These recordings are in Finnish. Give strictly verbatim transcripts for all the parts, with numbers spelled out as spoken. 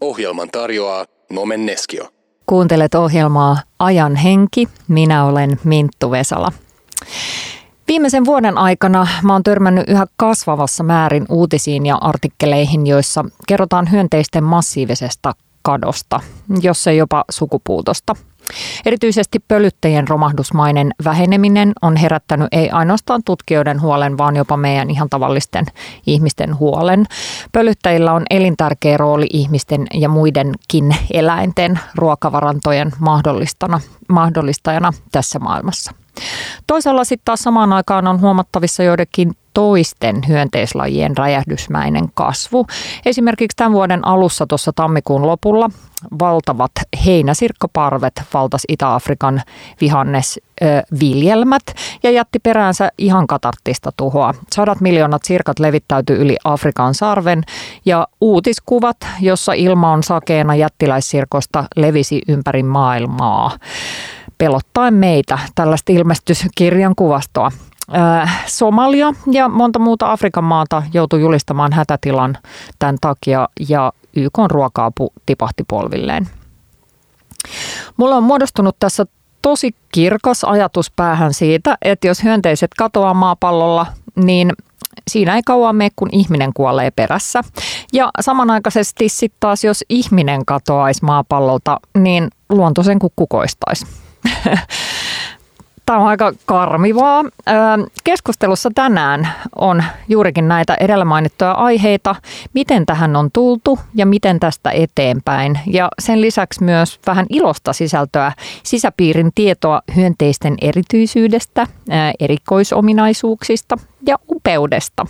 Ohjelman tarjoaa Nomen Neskio. Kuuntelet ohjelmaa Ajan henki. Minä olen Minttu Vesala. Viimeisen vuoden aikana mä oon törmännyt yhä kasvavassa määrin uutisiin ja artikkeleihin, joissa kerrotaan hyönteisten massiivisesta kadosta, jos ei jopa sukupuutosta. Erityisesti pölyttäjien romahdusmainen väheneminen on herättänyt ei ainoastaan tutkijoiden huolen, vaan jopa meidän ihan tavallisten ihmisten huolen. Pölyttäjillä on elintärkeä rooli ihmisten ja muidenkin eläinten ruokavarantojen mahdollistajana tässä maailmassa. Toisaalta sitten taas samaan aikaan on huomattavissa joidenkin toisten hyönteislajien räjähdysmäinen kasvu. Esimerkiksi tämän vuoden alussa tuossa tammikuun lopulla valtavat heinäsirkkoparvet valtas Itä-Afrikan vihannesviljelmät ja jätti peräänsä ihan katarttista tuhoa. Sadat miljoonat sirkat levittäytyi yli Afrikan sarven ja uutiskuvat, jossa ilma on sakeena jättiläissirkosta, levisi ympäri maailmaa. Pelottaen meitä, tällaista ilmestyskirjan kuvastoa. Somalia ja monta muuta Afrikan maata joutui julistamaan hätätilan tämän takia ja Y K:n ruoka-apu tipahti polvilleen. Mulla on muodostunut tässä tosi kirkas ajatus päähän siitä, että jos hyönteiset katoaa maapallolla, niin siinä ei kauan mene, kun ihminen kuolee perässä. Ja samanaikaisesti sitten taas, jos ihminen katoaisi maapallolta, niin luonto sen kuin kukoistaisi. Tämä on aika karmivaa. Keskustelussa tänään on juurikin näitä edellä mainittuja aiheita, miten tähän on tultu ja miten tästä eteenpäin. Ja sen lisäksi myös vähän ilosta sisältöä, sisäpiirin tietoa hyönteisten erityisyydestä, erikoisominaisuuksista ja upeudesta.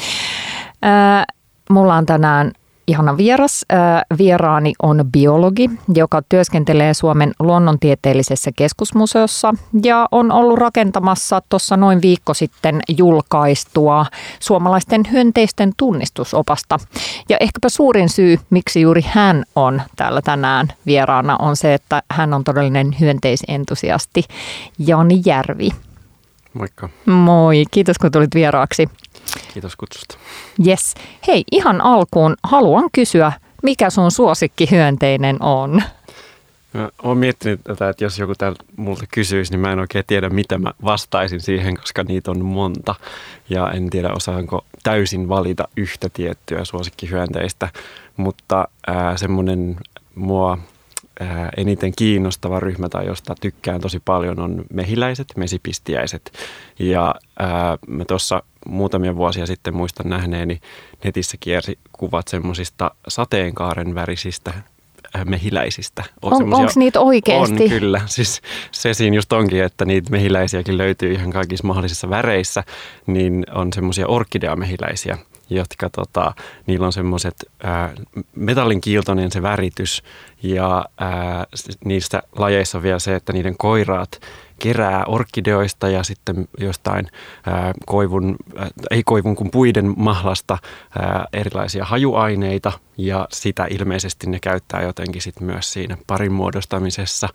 Mulla on tänään ihana vieras. Vieraani on biologi, joka työskentelee Suomen luonnontieteellisessä keskusmuseossa ja on ollut rakentamassa tuossa noin viikko sitten julkaistua suomalaisten hyönteisten tunnistusopasta. Ja ehkäpä suurin syy, miksi juuri hän on täällä tänään vieraana, on se, että hän on todellinen hyönteisentusiasti. Jani Järvi. Moikka. Moi, kiitos kun tulit vieraaksi. Kiitos kutsusta. Yes. Hei, ihan alkuun haluan kysyä, mikä sun suosikkihyönteinen on? Mä oon miettinyt tätä, että jos joku täällä multa kysyisi, niin mä en oikein tiedä, mitä mä vastaisin siihen, koska niitä on monta. Ja en tiedä, osaanko täysin valita yhtä tiettyä suosikkihyönteistä, mutta äh, semmoinen mua äh, eniten kiinnostava ryhmä tai josta tykkään tosi paljon on mehiläiset, mesipistiäiset. Ja äh, mä tuossa muutamia vuosia sitten muistan nähneeni netissä kiersi kuvat semmoisista sateenkaaren värisistä mehiläisistä. On, Onko niitä oikeasti? On kyllä. Siis se siinä just onkin, että niitä mehiläisiäkin löytyy ihan kaikissa mahdollisissa väreissä, niin on semmoisia orkideamehiläisiä, jotka tota, niillä on semmoiset metallinkiiltoinen se väritys ja ää, niistä lajeissa on vielä se, että niiden koiraat kerää orkideoista ja sitten jostain ää, koivun, ää, ei koivun kuin puiden mahlasta ää, erilaisia hajuaineita ja sitä ilmeisesti ne käyttää jotenkin sit myös siinä parin muodostamisessa.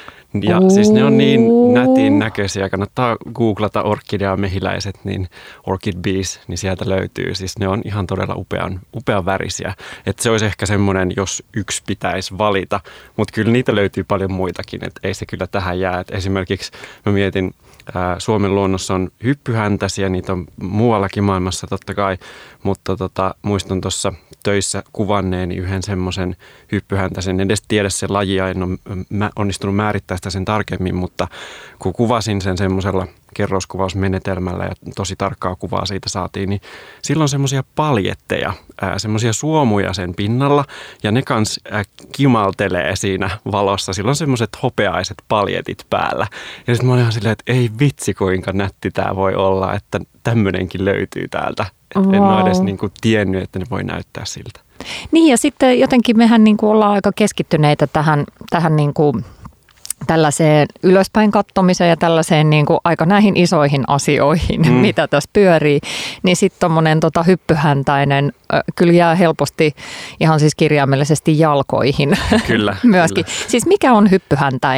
Ja Ooh. Siis ne on niin nätin näköisiä, kannattaa googlata orkidea mehiläiset, niin orchid bees, niin sieltä löytyy. Siis ne on ihan todella upean, upean värisiä. Että se olisi ehkä semmoinen, jos yksi pitäisi valita, mutta kyllä niitä löytyy paljon muitakin, että ei se kyllä tähän jää. Et esimerkiksi mä mietin, ää, Suomen luonnossa on hyppyhäntäisiä, niitä on muuallakin maailmassa totta kai, mutta tota, muistan tuossa töissä kuvanneeni yhden semmoisen hyppyhäntäisen, en edes tiedä sen lajia, en ole onnistunut määrittämään sitä sen tarkemmin, mutta kun kuvasin sen semmoisella kerroskuvausmenetelmällä ja tosi tarkkaa kuvaa siitä saatiin, niin silloin semmoisia paljetteja, semmoisia suomuja sen pinnalla ja ne kans ää, kimaltelee siinä valossa. Silloin semmoiset hopeaiset paljetit päällä. Ja sitten mä olin ihan silleen, että ei vitsi kuinka nätti tää voi olla, että tämmöinenkin löytyy täältä. Wow. En ole edes niin kuin tiennyt, että ne voi näyttää siltä. Niin ja sitten jotenkin mehän niin kuin ollaan aika keskittyneitä tähän, tähän niin kuin tällaiseen ylöspäin kattomiseen ja tällaiseen niin kuin aika näihin isoihin asioihin, mm. mitä tässä pyörii, niin sitten tuommoinen tota, hyppyhäntäinen äh, kyllä jää helposti ihan siis kirjaimellisesti jalkoihin kyllä, myöskin. Kyllä. Siis mikä on hyppyhäntäinen?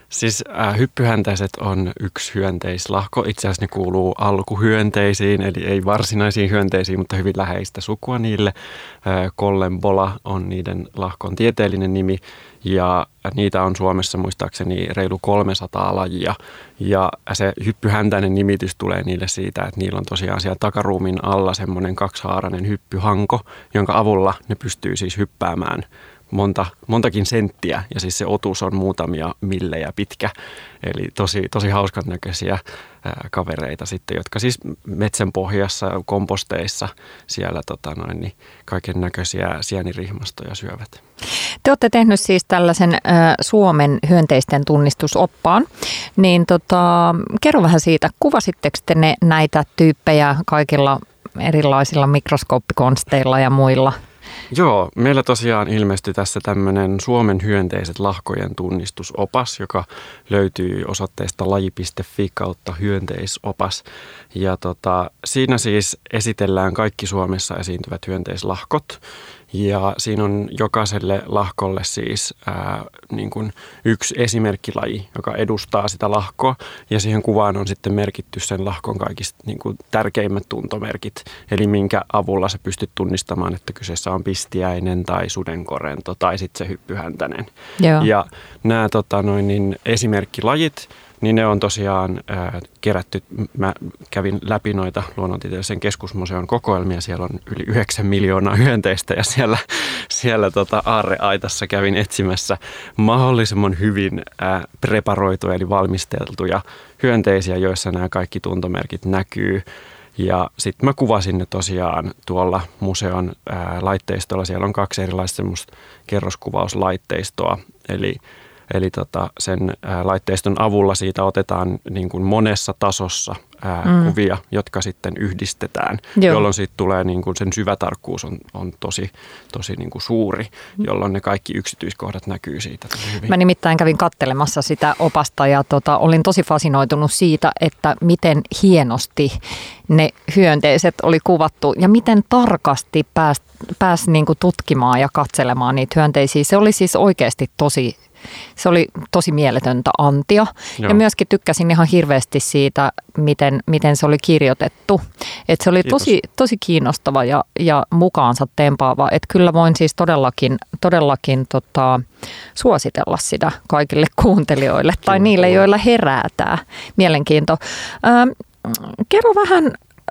Siis äh, hyppyhäntäiset on yksi hyönteislahko. Itse asiassa ne kuuluu alkuhyönteisiin, eli ei varsinaisiin hyönteisiin, mutta hyvin läheistä sukua niille. Äh, Collembola on niiden lahkon tieteellinen nimi ja niitä on Suomessa muistaakseni reilu kolmesataa lajia. Ja se hyppyhäntäinen nimitys tulee niille siitä, että niillä on tosiaan siellä takaruumin alla semmoinen kaksihaarainen hyppyhanko, jonka avulla ne pystyy siis hyppäämään monta, montakin senttiä ja siis se otus on muutamia millejä pitkä. Eli tosi, tosi hauskan näköisiä ää, kavereita sitten, jotka siis metsän pohjassa, komposteissa siellä tota noin, niin kaiken näköisiä sienirihmastoja syövät. Te olette tehnyt siis tällaisen ä, Suomen hyönteisten tunnistusoppaan, niin tota, kerro vähän siitä, kuvasitteko te ne, näitä tyyppejä kaikilla erilaisilla mikroskooppikonsteilla ja muilla? Joo, meillä tosiaan ilmestyi tässä tämmöinen Suomen hyönteiset lahkojen tunnistusopas, joka löytyy osoitteesta laji piste fi kautta hyönteisopas. Ja tota, siinä siis esitellään kaikki Suomessa esiintyvät hyönteislahkot. Ja siinä on jokaiselle lahkolle siis ää, niin kuin yksi esimerkkilaji, joka edustaa sitä lahkoa. Ja siihen kuvaan on sitten merkitty sen lahkon kaikista niin kuin tärkeimmät tuntomerkit. Eli minkä avulla sä pystyt tunnistamaan, että kyseessä on pistiäinen tai sudenkorento tai sitten se hyppyhäntäinen. Joo. Ja nämä tota, noin, niin esimerkkilajit, niin ne on tosiaan ää, kerätty. Mä kävin läpi noita Luonnontieteellisen keskusmuseon kokoelmia. Siellä on yli yhdeksän miljoonaa hyönteistä ja siellä, siellä tota aarreaitassa kävin etsimässä mahdollisimman hyvin ää, preparoituja eli valmisteltuja hyönteisiä, joissa nämä kaikki tuntomerkit näkyy. Ja sitten mä kuvasin ne tosiaan tuolla museon ää, laitteistolla. Siellä on kaksi erilaista semmoista kerroskuvauslaitteistoa, eli Eli tota, sen ää, laitteiston avulla siitä otetaan niin kuin monessa tasossa ää, mm. kuvia, jotka sitten yhdistetään, Joo. jolloin siitä tulee niin kuin sen syvätarkkuus on, on tosi, tosi niin kuin suuri, jolloin ne kaikki yksityiskohdat näkyy siitä tosi hyvin. Mä nimittäin kävin katselemassa sitä opasta ja tota, olin tosi fasinoitunut siitä, että miten hienosti ne hyönteiset oli kuvattu ja miten tarkasti pääsi pääs niin kuin tutkimaan ja katselemaan niitä hyönteisiä. Se oli siis oikeasti tosi Se oli tosi mieletöntä antia. Joo. Ja myöskin tykkäsin ihan hirveästi siitä, miten, miten se oli kirjoitettu. Et se oli tosi, tosi kiinnostava ja, ja mukaansa tempaava. Et kyllä voin siis todellakin, todellakin tota, suositella sitä kaikille kuuntelijoille tai kyllä, niille, kyllä. joilla herää tämä mielenkiinto. Ähm, kerro vähän,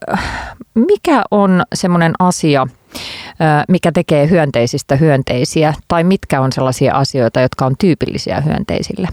mikä on semmoinen asia, mikä tekee hyönteisistä hyönteisiä, tai mitkä on sellaisia asioita, jotka on tyypillisiä hyönteisille?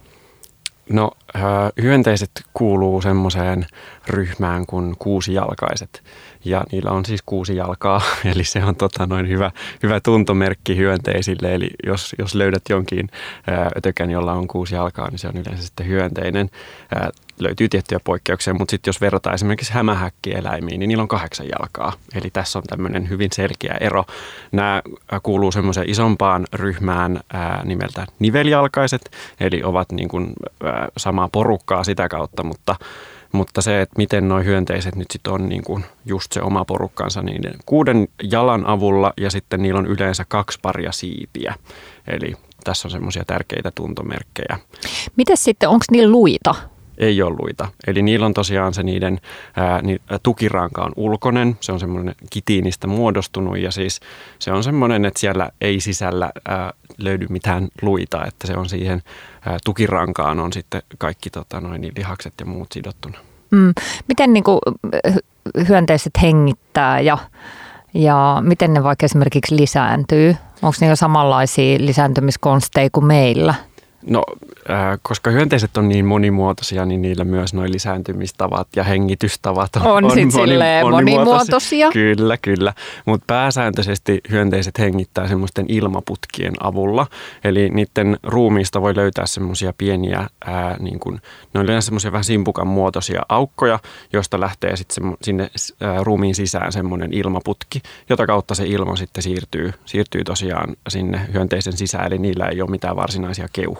No hyönteiset kuuluu semmoiseen ryhmään kuin kuusijalkaiset, ja niillä on siis kuusi jalkaa, eli se on tota noin hyvä, hyvä tuntomerkki hyönteisille, eli jos, jos löydät jonkin ötökän, jolla on kuusi jalkaa, niin se on yleensä sitten hyönteinen. Löytyy tiettyjä poikkeuksia, mutta sitten jos verrataan esimerkiksi hämähäkkieläimiin, niin niillä on kahdeksan jalkaa. Eli tässä on tämmöinen hyvin selkeä ero. Nämä kuuluu semmoiseen isompaan ryhmään ää, nimeltä niveljalkaiset, eli ovat niin kuin, ää, samaa porukkaa sitä kautta, mutta, mutta se, että miten nuo hyönteiset nyt sitten on niin kuin just se oma porukkansa, niin kuuden jalan avulla ja sitten niillä on yleensä kaksi paria siipiä. Eli tässä on semmoisia tärkeitä tuntomerkkejä. Mites sitten, onko niillä luita? Ei ole luita. Eli niillä on tosiaan se niiden ää, ni, tukiranka on ulkoinen, se on semmoinen kitiinistä muodostunut ja siis se on semmoinen, että siellä ei sisällä ää, löydy mitään luita, että se on siihen ää, tukirankaan on sitten kaikki tota, noin, niin lihakset ja muut sidottuna. Mm. Miten niin kuin, hyönteiset hengittää ja, ja miten ne vaikka esimerkiksi lisääntyy? Onko niillä samanlaisia lisääntymiskonsteja kuin meillä? No, äh, koska hyönteiset on niin monimuotoisia, niin niillä myös nuo lisääntymistavat ja hengitystavat on, on, on sit moni, monimuotoisia. monimuotoisia. Kyllä, kyllä. Mutta pääsääntöisesti hyönteiset hengittää semmoisten ilmaputkien avulla. Eli niiden ruumiista voi löytää semmoisia pieniä, ää, niin kuin, ne on yleensä semmoisia vähän simpukan muotoisia aukkoja, josta lähtee sitten sinne ää, ruumiin sisään semmoinen ilmaputki, jota kautta se ilma sitten siirtyy, siirtyy tosiaan sinne hyönteisen sisään. Eli niillä ei ole mitään varsinaisia keuhkoja.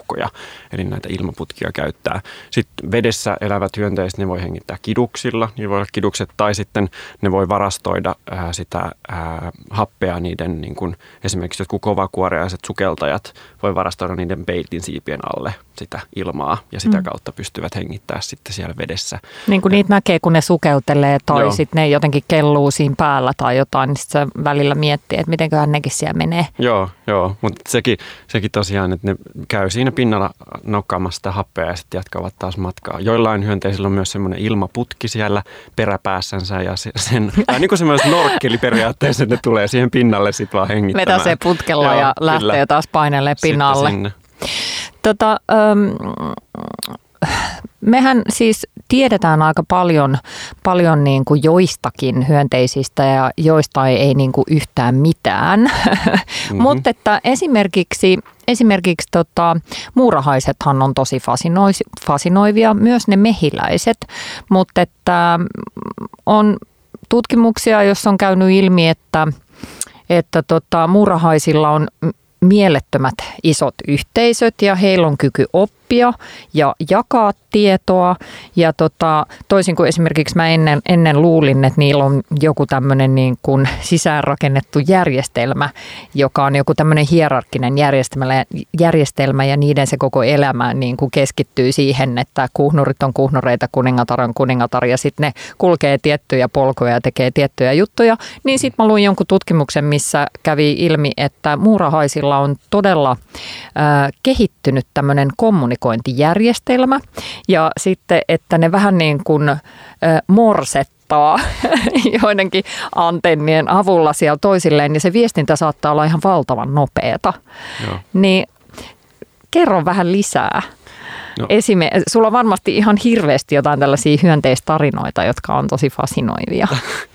aukkoja, eli näitä ilmaputkia käyttää. Sitten vedessä elävät hyönteiset, ne voi hengittää kiduksilla, niin voi olla kidukset, tai sitten ne voi varastoida ää, sitä ää, happea niiden, niin kuin esimerkiksi jotkut kovakuoreaiset sukeltajat voi varastoida niiden peitin siipien alle sitä ilmaa, ja sitä mm. kautta pystyvät hengittää sitten siellä vedessä. Niin kuin niitä näkee, kun ne sukeltelee, tai sitten ne jotenkin kelluu siinä päällä tai jotain, niin sitten se välillä miettii, että mitenköhän nekin siellä menee. Joo, joo, mutta sekin, sekin tosiaan, että ne käy siinä pinnalla nokkaamassa sitä happea ja sitten jatkavat taas matkaa. Joillain hyönteisillä on myös semmoinen ilmaputki siellä peräpäässänsä ja se, sen, niin kuin semmoinen snorkkeli periaatteessa, ne tulee siihen pinnalle sitten vaan hengittämään. Vetäsee putkella joo, ja lähtee kyllä. taas painelee pinnalle. Tota, ähm, mehän siis tiedetään aika paljon, paljon niin kuin joistakin hyönteisistä ja joista ei niin kuin yhtään mitään, mm-hmm. mutta että esimerkiksi, esimerkiksi tota, muurahaisethan on tosi fasinoivia, myös ne mehiläiset, mutta että on tutkimuksia, joissa on käynyt ilmi, että, että tota, muurahaisilla on mielettömät isot yhteisöt ja heillä on kyky oppia ja jakaa tietoa. Ja tota, toisin kuin esimerkiksi mä ennen, ennen luulin, että niillä on joku tämmöinen niin kuin sisäänrakennettu järjestelmä, joka on joku tämmöinen hierarkkinen järjestelmä, järjestelmä ja niiden se koko elämä niin kuin keskittyy siihen, että kuhnurit on kuhnureita, kuningatar on kuningatar ja sitten ne kulkee tiettyjä polkuja ja tekee tiettyjä juttuja. Niin sitten mä luin jonkun tutkimuksen, missä kävi ilmi, että muurahaisilla on todella äh, kehittynyt tämmöinen kommunikointijärjestelmä ja sitten, että ne vähän niin kuin äh, morsettaa joidenkin antennien avulla siellä toisilleen, niin se viestintä saattaa olla ihan valtavan nopeata. Joo. Niin kerro vähän lisää. No. Esime- Sulla on varmasti ihan hirveästi jotain tällaisia hyönteistarinoita, jotka on tosi fasinoivia.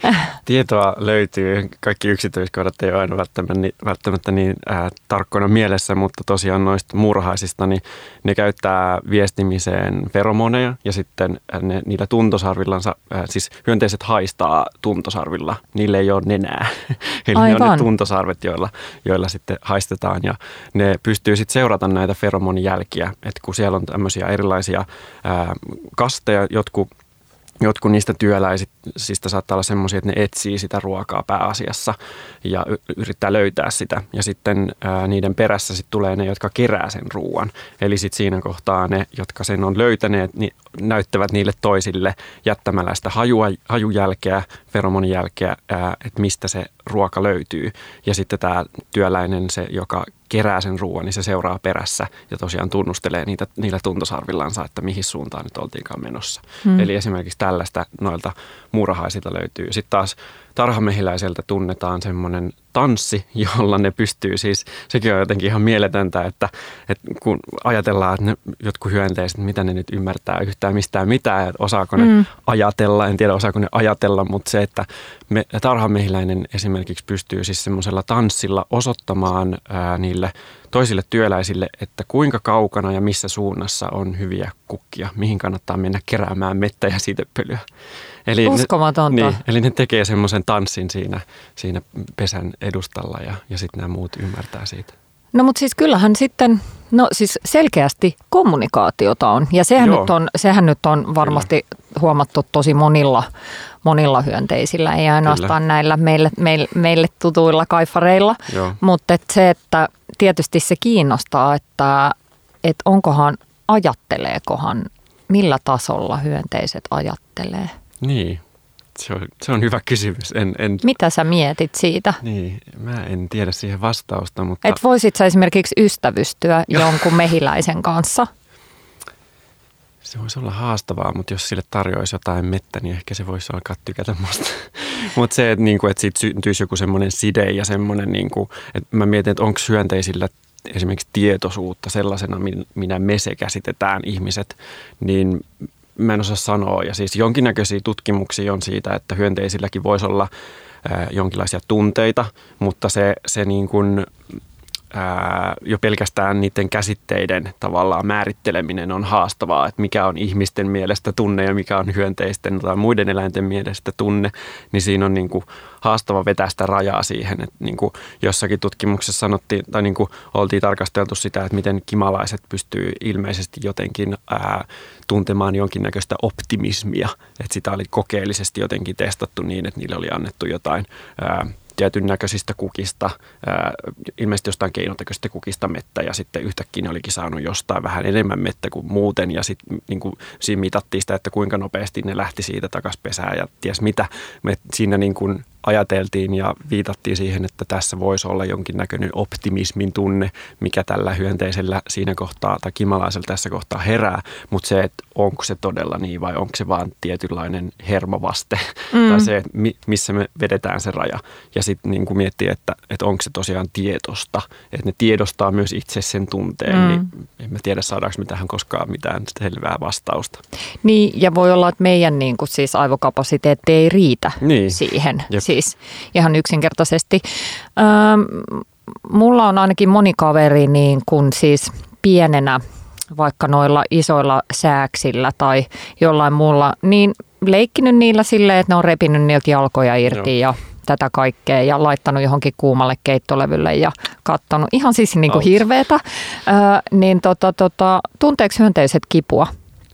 Tietoa löytyy. Kaikki yksityiskohdat ei ole aina välttämättä niin, välttämättä niin äh, tarkkoina mielessä, mutta tosiaan noista muurahaisista, niin ne käyttää viestimiseen feromoneja ja sitten ne, niillä tuntosarvillansa, äh, siis hyönteiset haistaa tuntosarvilla. Niillä ei ole nenää. Eli Aivan. ne on ne tuntosarvet, joilla, joilla sitten haistetaan ja ne pystyy sitten seurata näitä feromonijälkiä, että kun siellä on tämmöisiä erilaisia ää, kasteja, jotkut, jotkut niistä työläisistä saattaa olla semmoisia, että ne etsii sitä ruokaa pääasiassa ja y- yrittää löytää sitä. Ja sitten ää, niiden perässä sitten tulee ne, jotka kerää sen ruoan. Eli sitten siinä kohtaa ne, jotka sen on löytäneet, niin näyttävät niille toisille jättämällä sitä hajua, hajujälkeä, feromonijälkeä, ää, että mistä se ruoka löytyy. Ja sitten tämä työläinen, se joka kerää sen ruoan, niin se seuraa perässä ja tosiaan tunnustelee niitä, niillä tuntosarvillansa, että mihin suuntaan nyt oltiinkaan menossa. Hmm. Eli esimerkiksi tällaista noilta muurahaisilta löytyy. Sitten taas tarhamehiläiseltä tunnetaan semmoinen tanssi, jolla ne pystyy siis, sekin on jotenkin ihan mieletöntä, että, että kun ajatellaan, että ne jotkut hyönteiset, mitä ne nyt ymmärtää yhtään mistään mitään, että osaako ne mm. ajatella, en tiedä osaako ne ajatella, mutta se, että me, tarhamehiläinen esimerkiksi pystyy siis semmoisella tanssilla osoittamaan ää, niille toisille työläisille, että kuinka kaukana ja missä suunnassa on hyviä kukkia, mihin kannattaa mennä keräämään mettä ja siitepölyä. Eli Uskomatonta. Ne, niin, eli ne tekee semmoisen tanssin siinä, siinä pesän edustalla ja, ja sitten nämä muut ymmärtää siitä. No mutta siis kyllähän sitten, no siis selkeästi kommunikaatiota on ja sehän, nyt on, sehän nyt on varmasti Kyllä. huomattu tosi monilla, monilla hyönteisillä, ei ainoastaan Kyllä. näillä meille, meille, meille tutuilla kaifareilla, Joo. mutta et se, että tietysti se kiinnostaa, että et onkohan, ajatteleekohan, millä tasolla hyönteiset ajattelee? Niin, se on, se on hyvä kysymys. En, en, Mitä sä mietit siitä? Niin, mä en tiedä siihen vastausta, mutta... Et voisit sä esimerkiksi ystävystyä jonkun mehiläisen kanssa? Se voisi olla haastavaa, mutta jos sille tarjoaisi jotain mettä, niin ehkä se voisi alkaa tykätä musta. Mutta se, että, niinku, että siitä syntyisi joku semmoinen side ja semmoinen, niinku, että mä mietin, että onko hyönteisillä esimerkiksi tietoisuutta sellaisena, minä me se käsitetään ihmiset, niin mä en osaa sanoa. Ja siis jonkinnäköisiä tutkimuksia on siitä, että hyönteisilläkin voisi olla ää, jonkinlaisia tunteita, mutta se, se niin kuin, ää, jo pelkästään niiden käsitteiden tavallaan määritteleminen on haastavaa, että mikä on ihmisten mielestä tunne ja mikä on hyönteisten tai muiden eläinten mielestä tunne, niin siinä on niin kuin haastava vetää sitä rajaa siihen, että niin kuin jossakin tutkimuksessa sanottiin, tai niin kuin oltiin tarkasteltu sitä, että miten kimalaiset pystyy ilmeisesti jotenkin ää, tuntemaan jonkinnäköistä optimismia, että sitä oli kokeellisesti jotenkin testattu niin, että niille oli annettu jotain ää, tietyn näköisistä kukista, ää, ilmeisesti jostain keinotekoisista kukista mettä, ja sitten yhtäkkiä ne olikin saanut jostain vähän enemmän mettä kuin muuten, ja sitten niin kuin, siinä mitattiin sitä, että kuinka nopeasti ne lähti siitä takaisin pesään, ja ties mitä. Me siinä niin kuin ajateltiin ja viitattiin siihen, että tässä voisi olla jonkinnäköinen optimismin tunne, mikä tällä hyönteisellä siinä kohtaa tai kimalaisella tässä kohtaa herää, mutta se, että onko se todella niin vai onko se vaan tietynlainen hermovaste mm. tai se, missä me vedetään se raja. Ja sitten niin kuin miettii, että, että onko se tosiaan tietosta, että ne tiedostaa myös itse sen tunteen, mm. niin en mä tiedä saadaanko me tähän koskaan mitään selvää vastausta. Niin, ja voi olla, että meidän niin kuin siis aivokapasiteetti ei riitä niin. siihen. Jep. Siis ihan yksinkertaisesti. Ähm, mulla on ainakin moni kaveri niin kuin siis pienenä, vaikka noilla isoilla sääksillä tai jollain muulla, niin leikkinyt niillä silleen, että ne on repinyt niiltä jalkoja irti Joo. ja tätä kaikkea ja laittanut johonkin kuumalle keittolevylle ja katsonut. Ihan siis niin kuin hirveetä. Äh, niin tota, tota, tunteeko hyönteiset kipua?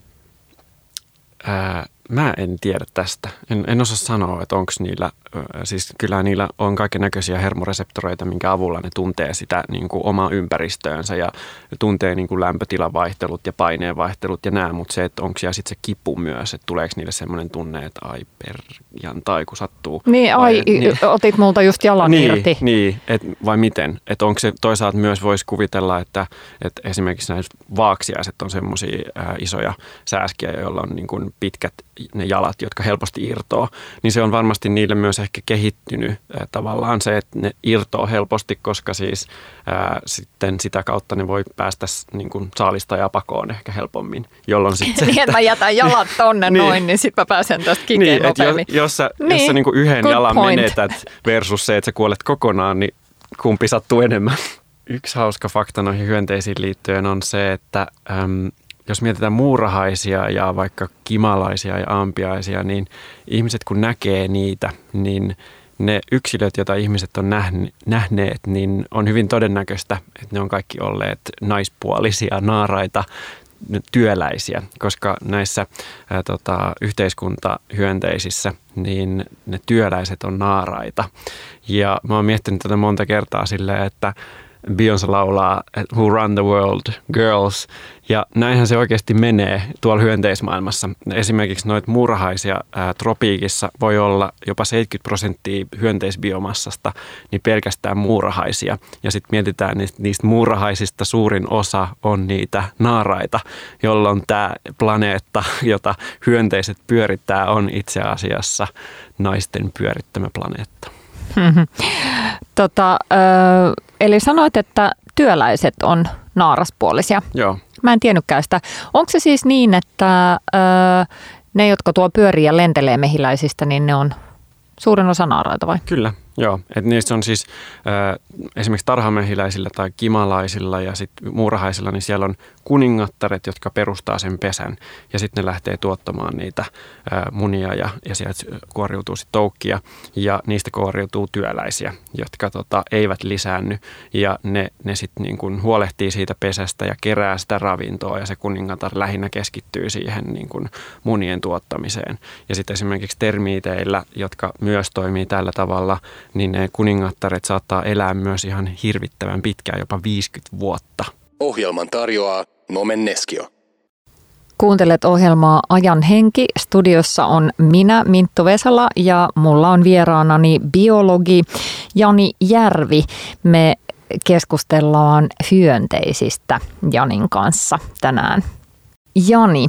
Ää, mä en tiedä tästä. En, en osaa sanoa, että onko niillä, siis kyllä niillä on kaiken näköisiä hermoreseptoreita, minkä avulla ne tuntee sitä niin kuin omaa ympäristöönsä ja tuntee niin kuin lämpötilavaihtelut ja paineenvaihtelut ja nämä, mutta se, että onko siellä sitten se kipu myös, että tuleeko niille semmoinen tunne, että ai perjantai, kun sattuu. Niin, ai, vai, niin, otit multa just jalan niin, irti. Niin, et, vai miten? Että onko se toisaalta myös voisi kuvitella, että, että esimerkiksi näissä vaaksiaiset on semmoisia isoja sääskiä, joilla on niin kuin pitkät ne jalat, jotka helposti irtoo, niin se on varmasti niille myös ehkä kehittynyt äh, tavallaan se, että ne irtoo helposti, koska siis äh, sitten sitä kautta ne voi päästä niin kuin saalistajaa pakoon ehkä helpommin, jolloin sitten niin, että mä jätän jalat tonne niin, noin, niin sitten mä pääsen tästä kikeen niin, nopeammin. Jos, jos sä, niin, jos sä niin kuin yhden jalan point. menetät versus se, että sä kuolet kokonaan, niin kumpi sattuu enemmän? Yksi hauska fakta noihin hyönteisiin liittyen on se, että äm, jos mietitään muurahaisia ja vaikka kimalaisia ja ampiaisia, niin ihmiset kun näkee niitä, niin ne yksilöt, joita ihmiset on nähneet, niin on hyvin todennäköistä, että ne on kaikki olleet naispuolisia, naaraita, työläisiä, koska näissä ää, tota, yhteiskuntahyönteisissä niin ne työläiset on naaraita. Ja mä oon miettinyt tätä monta kertaa silleen, että Beyoncé laulaa Who Run the World, Girls, ja näinhän se oikeasti menee tuolla hyönteismaailmassa. Esimerkiksi noita muurahaisia ää, tropiikissa voi olla jopa seitsemänkymmentä prosenttia hyönteisbiomassasta, niin pelkästään muurahaisia. Ja sitten mietitään, että niistä muurahaisista suurin osa on niitä naaraita, jolloin tämä planeetta, jota hyönteiset pyörittää, on itse asiassa naisten pyörittämä planeetta. Tota, ö, eli sanoit, että työläiset on naaraspuolisia. Joo. Mä en tiennytkään sitä. Onko se siis niin, että ö, ne, jotka tuo pyörii ja lentelee mehiläisistä, niin ne on suurin osa naaraita vai? Kyllä, joo. Et niissä on siis äh, esimerkiksi tarhamehiläisillä tai kimalaisilla ja sitten muurahaisilla, niin siellä on kuningattaret, jotka perustaa sen pesän. Ja sitten ne lähtee tuottamaan niitä äh, munia ja, ja sieltä kuoriutuu sitten toukkia. Ja niistä kuoriutuu työläisiä, jotka tota, eivät lisäänny. Ja ne, ne sitten niin kun huolehtii siitä pesästä ja kerää sitä ravintoa. Ja se kuningatar lähinnä keskittyy siihen niin kun munien tuottamiseen. Ja sitten esimerkiksi termiiteillä, jotka myös toimii tällä tavalla, niin ne kuningattaret saattaa elää myös ihan hirvittävän pitkään, jopa viisikymmentä vuotta. Ohjelman tarjoaa Nomen Neskio. Kuuntelet ohjelmaa Ajan henki. Studiossa on minä, Minttu Vesala, ja mulla on vieraanani biologi Jani Järvi. Me keskustellaan hyönteisistä Janin kanssa tänään. Jani,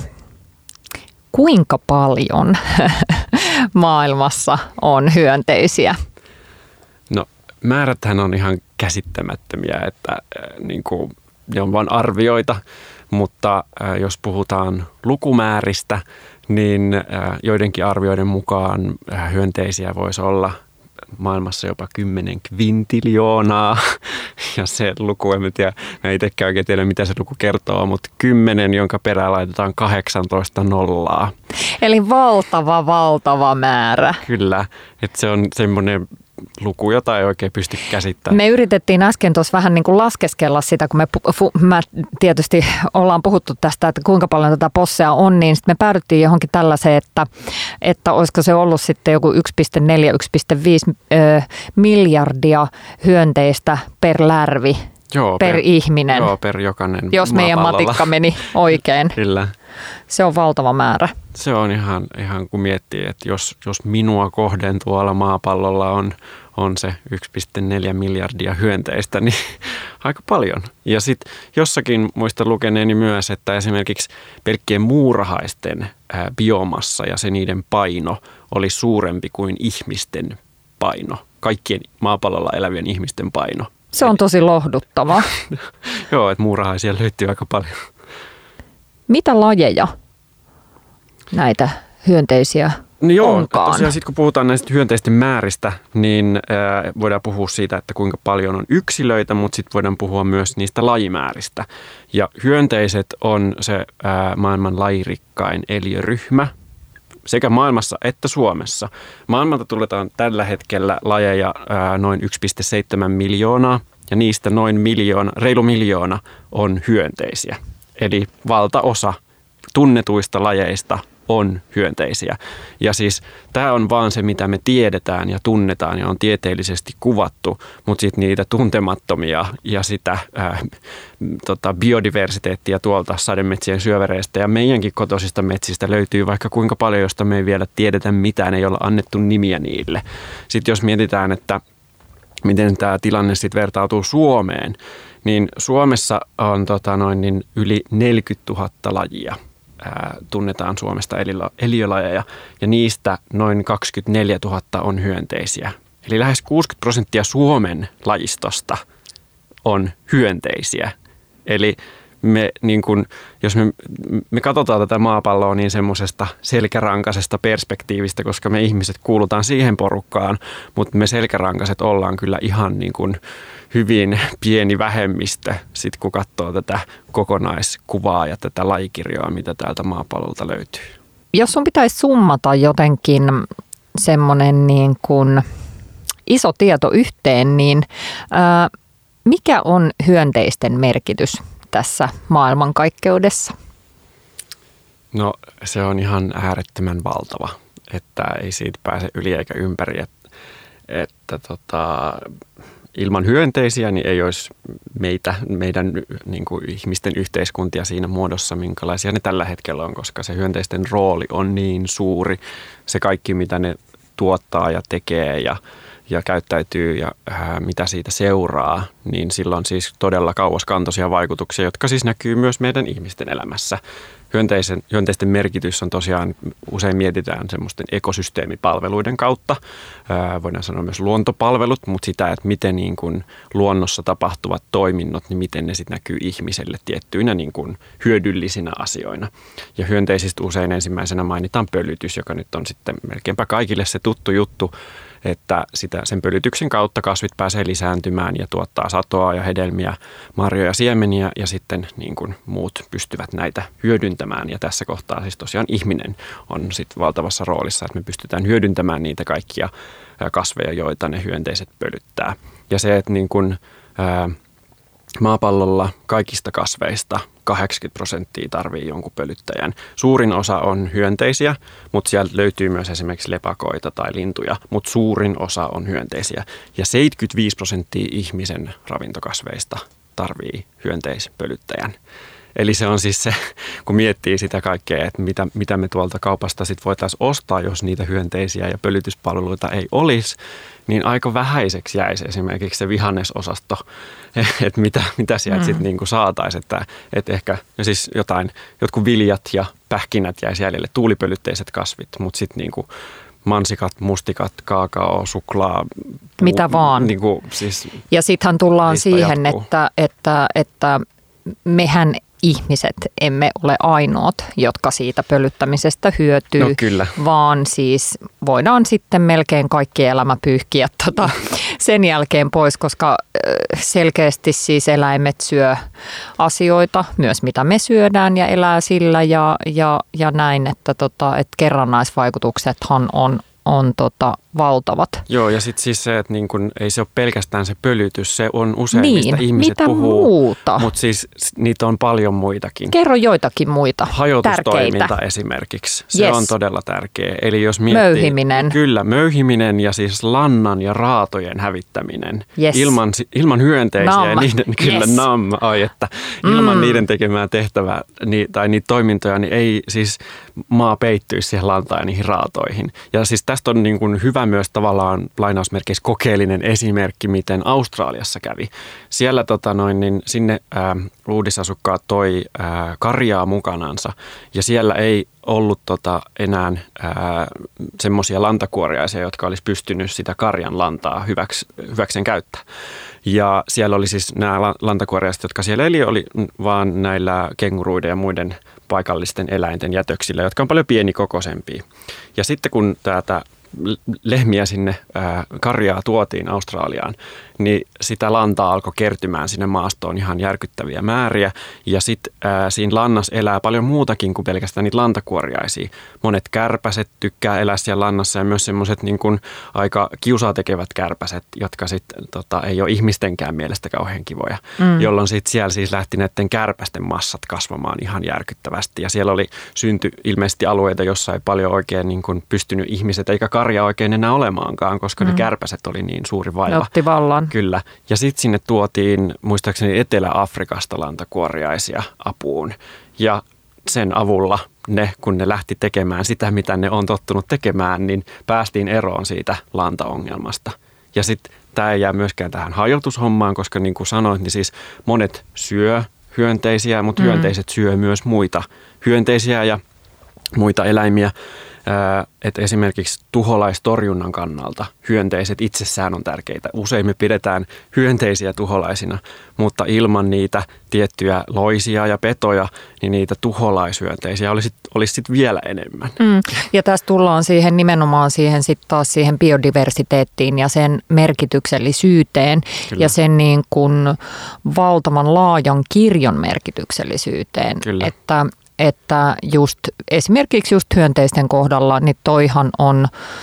kuinka paljon maailmassa on hyönteisiä? No määräthän on ihan käsittämättömiä, että äh, niin kuin, ne on vain arvioita, mutta äh, jos puhutaan lukumääristä, niin äh, joidenkin arvioiden mukaan äh, hyönteisiä voisi olla maailmassa jopa kymmenen kvintiljoonaa. Ja se luku, en tiedä, mä itsekään oikein tiedä, mitä se luku kertoo, mutta kymmenen, jonka perään laitetaan kahdeksantoista nollaa. Eli valtava, valtava määrä. Kyllä, että se on semmoinen luku, jota ei oikein pysty käsittämään. Me yritettiin äsken tuossa vähän niin kuin laskeskella sitä, kun me pu- mä tietysti ollaan puhuttu tästä, että kuinka paljon tätä possea on, niin sitten me päädyttiin johonkin tällaiseen, että, että olisiko se ollut sitten joku yksi pilkku neljä yksi pilkku viisi ö, miljardia hyönteistä per lärvi, joo, per, per ihminen. Joo, per jokainen jos meidän matikka meni oikein. Kyllä. Se on valtava määrä. Se on ihan, ihan kun miettii, että jos, jos minua kohden tuolla maapallolla on, on se yksi pilkku neljä miljardia hyönteistä, niin aika paljon. Ja sitten jossakin muistan lukeneeni myös, että esimerkiksi pelkkien muurahaisten ää, biomassa ja se niiden paino oli suurempi kuin ihmisten paino. Kaikkien maapallolla elävien ihmisten paino. Se on tosi lohduttavaa. Joo, että muurahaisia löytyy aika paljon. Mitä lajeja näitä hyönteisiä no joo, onkaan? Tosiaan sitten kun puhutaan näistä hyönteisten määristä, niin äh, voidaan puhua siitä, että kuinka paljon on yksilöitä, mutta sitten voidaan puhua myös niistä lajimääristä. Ja hyönteiset on se äh, maailman lajirikkain eliöryhmä sekä maailmassa että Suomessa. Maailmalta tuletaan tällä hetkellä lajeja äh, noin yksi pilkku seitsemän miljoonaa ja niistä noin miljoona, reilu miljoona on hyönteisiä. Eli valtaosa tunnetuista lajeista on hyönteisiä. Ja siis tämä on vaan se, mitä me tiedetään ja tunnetaan ja on tieteellisesti kuvattu, mutta sitten niitä tuntemattomia ja sitä ää, tota, biodiversiteettiä tuolta sademetsien syövereistä ja meidänkin kotoisista metsistä löytyy vaikka kuinka paljon, josta me ei vielä tiedetä mitään, ei olla annettu nimiä niille. Sitten jos mietitään, että miten tämä tilanne sitten vertautuu Suomeen, niin Suomessa on tota, noin niin yli neljäkymmentätuhatta lajia. Ää, tunnetaan Suomesta eliölajeja ja niistä noin kaksikymmentäneljätuhatta on hyönteisiä. Eli lähes kuusikymmentä prosenttia Suomen lajistosta on hyönteisiä. Eli me, niin kun, jos me, me katsotaan tätä maapalloa niin semmoisesta selkärankaisesta perspektiivistä, koska me ihmiset kuulutaan siihen porukkaan, mutta me selkärankaiset ollaan kyllä ihan niin kun hyvin pieni vähemmistö, sit kun katsoo tätä kokonaiskuvaa ja tätä lajikirjoa, mitä täältä maapallolta löytyy. Jos sun pitäisi summata jotenkin semmoinen niin kuin iso tieto yhteen, niin ää, mikä on hyönteisten merkitys tässä maailmankaikkeudessa? No se on ihan äärettömän valtava, että ei siitä pääse yli eikä ympäri, että, että tota, ilman hyönteisiä niin ei olisi meitä, meidän niin kuin ihmisten yhteiskuntia siinä muodossa, minkälaisia ne tällä hetkellä on, koska se hyönteisten rooli on niin suuri. Se kaikki, mitä ne tuottaa ja tekee ja, ja käyttäytyy ja ää, mitä siitä seuraa, niin sillä on siis todella kauaskantoisia vaikutuksia, jotka siis näkyy myös meidän ihmisten elämässä. Hyönteisen, hyönteisten merkitys on tosiaan, usein mietitään semmoisten ekosysteemipalveluiden kautta. Ää, voidaan sanoa myös luontopalvelut, mutta sitä, että miten niin kuin luonnossa tapahtuvat toiminnot, niin miten ne sitten näkyy ihmiselle tiettyinä niin kuin hyödyllisinä asioina. Ja hyönteisistä usein ensimmäisenä mainitaan pölytys, joka nyt on sitten melkeinpä kaikille se tuttu juttu, että sitä, sen pölytyksen kautta kasvit pääsee lisääntymään ja tuottaa satoa ja hedelmiä, marjoja ja siemeniä ja sitten niin kuin muut pystyvät näitä hyödyntämään. Ja tässä kohtaa siis tosiaan ihminen on sitten valtavassa roolissa, että me pystytään hyödyntämään niitä kaikkia kasveja, joita ne hyönteiset pölyttää. Ja se, että niin kuin, ää, maapallolla kaikista kasveista kahdeksankymmentä prosenttia tarvii jonkun pölyttäjän. Suurin osa on hyönteisiä, mutta sieltä löytyy myös esimerkiksi lepakoita tai lintuja, mutta suurin osa on hyönteisiä. Ja seitsemänkymmentäviisi prosenttia ihmisen ravintokasveista tarvii hyönteispölyttäjän. Eli se on siis se, kun miettii sitä kaikkea, että mitä, mitä me tuolta kaupasta sit voitaisiin ostaa, jos niitä hyönteisiä ja pölytyspalveluita ei olisi, niin aika vähäiseksi jäisi esimerkiksi se vihannesosasto, että mitä, mitä sieltä mm. sitten niinku saataisiin. Että, että ehkä siis jotain, jotkut viljat ja pähkinät jäisi jäljelle, tuulipölytteiset kasvit, mutta sitten niinku mansikat, mustikat, kaakao, suklaa. Puu, mitä vaan. Niinku, siis ja sittenhän tullaan siihen, jatkuu. että, että, että mehän ihmiset emme ole ainoat, jotka siitä pölyttämisestä hyötyy, No kyllä. vaan siis voidaan sitten melkein kaikki elämä pyyhkiä tota sen jälkeen pois, koska selkeästi siis eläimet syö asioita, myös mitä me syödään ja elää sillä ja, ja, ja näin, että, tota, että kerrannaisvaikutuksethan on on tota, valtavat. Joo, ja sitten siis se, että niin kun, ei se ole pelkästään se pölytys, se on usein, niin, mistä ihmiset mitä puhuu. Muuta? Mutta siis niitä on paljon muitakin. Kerro joitakin muita Hajotustoiminta tärkeitä. Esimerkiksi, se yes. on todella tärkeä. Eli jos miettii, möyhiminen. Kyllä, möyhiminen ja siis lannan ja raatojen hävittäminen. Yes. Ilman, ilman hyönteisiä Nam. ja niiden, kyllä Yes. nam, ai että, ilman Mm. niiden tekemää tehtävää ni, tai niitä toimintoja, niin ei siis maa peittyisi siihen lantaan ja niihin raatoihin. Ja siis tästä on niin kuin hyvä myös tavallaan lainausmerkeissä kokeellinen esimerkki, miten Australiassa kävi. Siellä tota noin, niin sinne ää, uudisasukkaat toi ää, karjaa mukanansa ja siellä ei ollut tota enää semmoisia lantakuoriaisia, jotka olisi pystynyt sitä karjan lantaa hyväks, hyväkseen käyttää. Ja siellä oli siis nämä lantakuoriaiset, jotka siellä eli, oli vaan näillä kenguruiden ja muiden paikallisten eläinten jätöksillä, jotka on paljon pienikokoisempia. Ja sitten kun tätä lehmiä sinne ää, karjaa tuotiin Australiaan, niin sitä lantaa alkoi kertymään sinne maastoon ihan järkyttäviä määriä. Ja sitten siinä lannassa elää paljon muutakin kuin pelkästään niitä lantakuoriaisia. Monet kärpäset tykkää elää siellä lannassa ja myös semmoiset niin kuin aika kiusaa tekevät kärpäset, jotka sitten tota, ei ole ihmistenkään mielestä kauhean kivoja. Mm. Jolloin sitten siellä siis lähti näiden kärpästen massat kasvamaan ihan järkyttävästi. Ja siellä oli synty ilmeisesti alueita, jossa ei paljon oikein niin kuin pystynyt ihmiset eikä karja oikein enää olemaankaan, koska mm. ne kärpäset oli niin suuri vaiva. Ne otti vallan. Kyllä. Ja sitten sinne tuotiin muistaakseni Etelä-Afrikasta lantakuoriaisia apuun. Ja sen avulla ne, kun ne lähti tekemään sitä, mitä ne on tottunut tekemään, niin päästiin eroon siitä lantaongelmasta. Ja sitten tämä ei jää myöskään tähän hajotushommaan, koska niin kuin sanoit, niin siis monet syö hyönteisiä, mutta mm. hyönteiset syö myös muita hyönteisiä ja muita eläimiä. Että esimerkiksi tuholaistorjunnan kannalta hyönteiset itsessään on tärkeitä. Usein me pidetään hyönteisiä tuholaisina, mutta ilman niitä tiettyjä loisia ja petoja, niin niitä tuholaishyönteisiä olisi, olisi sit vielä enemmän. Mm. Ja tässä tullaan siihen nimenomaan siihen sit taas siihen biodiversiteettiin ja sen merkityksellisyyteen. Kyllä. Ja sen niin kuin valtavan laajan kirjon merkityksellisyyteen. Kyllä. Että että just esimerkiksi just hyönteisten kohdalla, niin toihan on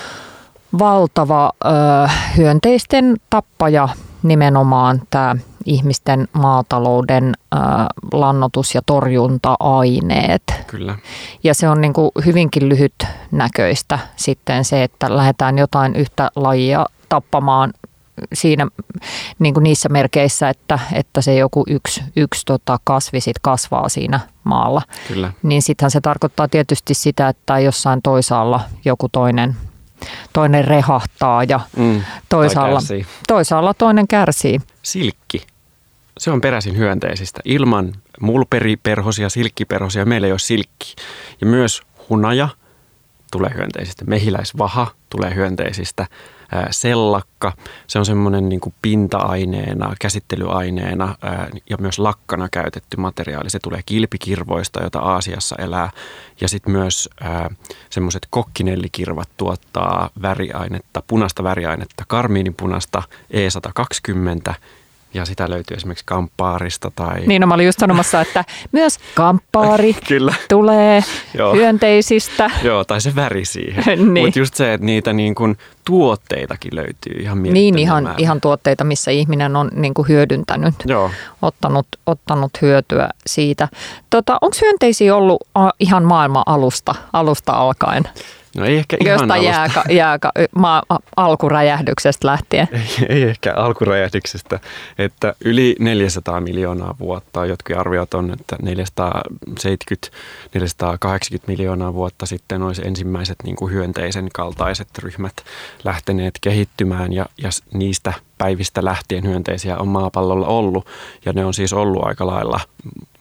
valtava ö, hyönteisten tappaja nimenomaan tämä ihmisten maatalouden ö, lannoitus- ja torjunta-aineet. Kyllä. Ja se on niin kuin hyvinkin lyhytnäköistä sitten se, että lähdetään jotain yhtä lajia tappamaan siinä niin kuin niissä merkeissä, että, että se joku yksi, yksi tota kasvi sit kasvaa siinä maalla. Kyllä. Niin sittenhän se tarkoittaa tietysti sitä, että jossain toisaalla joku toinen, toinen rehahtaa ja mm, toisaalla, toisaalla toinen kärsii. Silkki. Se on peräisin hyönteisistä. Ilman mulperiperhosia, silkkiperhosia meillä ei ole silkki. Ja myös hunaja tulee hyönteisistä. Mehiläisvaha tulee hyönteisistä. Sellakka, se on semmoinen niin kuin pinta-aineena, käsittelyaineena ja myös lakkana käytetty materiaali. Se tulee kilpikirvoista, jota Aasiassa elää. Ja sitten myös semmoiset kokkinellikirvat tuottaa väriainetta, punaista väriainetta, karmiinipunasta E sata kaksikymmentä. Ja sitä löytyy esimerkiksi kamppaarista tai... Niin, no mä olin just sanomassa, että myös kamppaari Kyllä. tulee hyönteisistä. Joo, tai se väri siihen. Niin. Mutta just se, että niitä niin kuin tuotteitakin löytyy ihan mielettömän Niin, ihan, määrä. ihan tuotteita, missä ihminen on niin kuin hyödyntänyt, Joo. Ottanut, ottanut hyötyä siitä. Tota, onko hyönteisiä ollut a, ihan maailman alusta, alusta alkaen? No ei ehkä ihan Jostain alusta. jääka, jääka, maa, alkuräjähdyksestä lähtien. Ei, ei ehkä alkuräjähdyksestä, että yli neljäsataa miljoonaa vuotta, jotkut arviot on, että neljäsataaseitsemänkymmentä neljäsataakahdeksankymmentä miljoonaa vuotta sitten olisi ensimmäiset niin kuin hyönteisen kaltaiset ryhmät lähteneet kehittymään ja, ja niistä päivistä lähtien hyönteisiä on maapallolla ollut ja ne on siis ollut aika lailla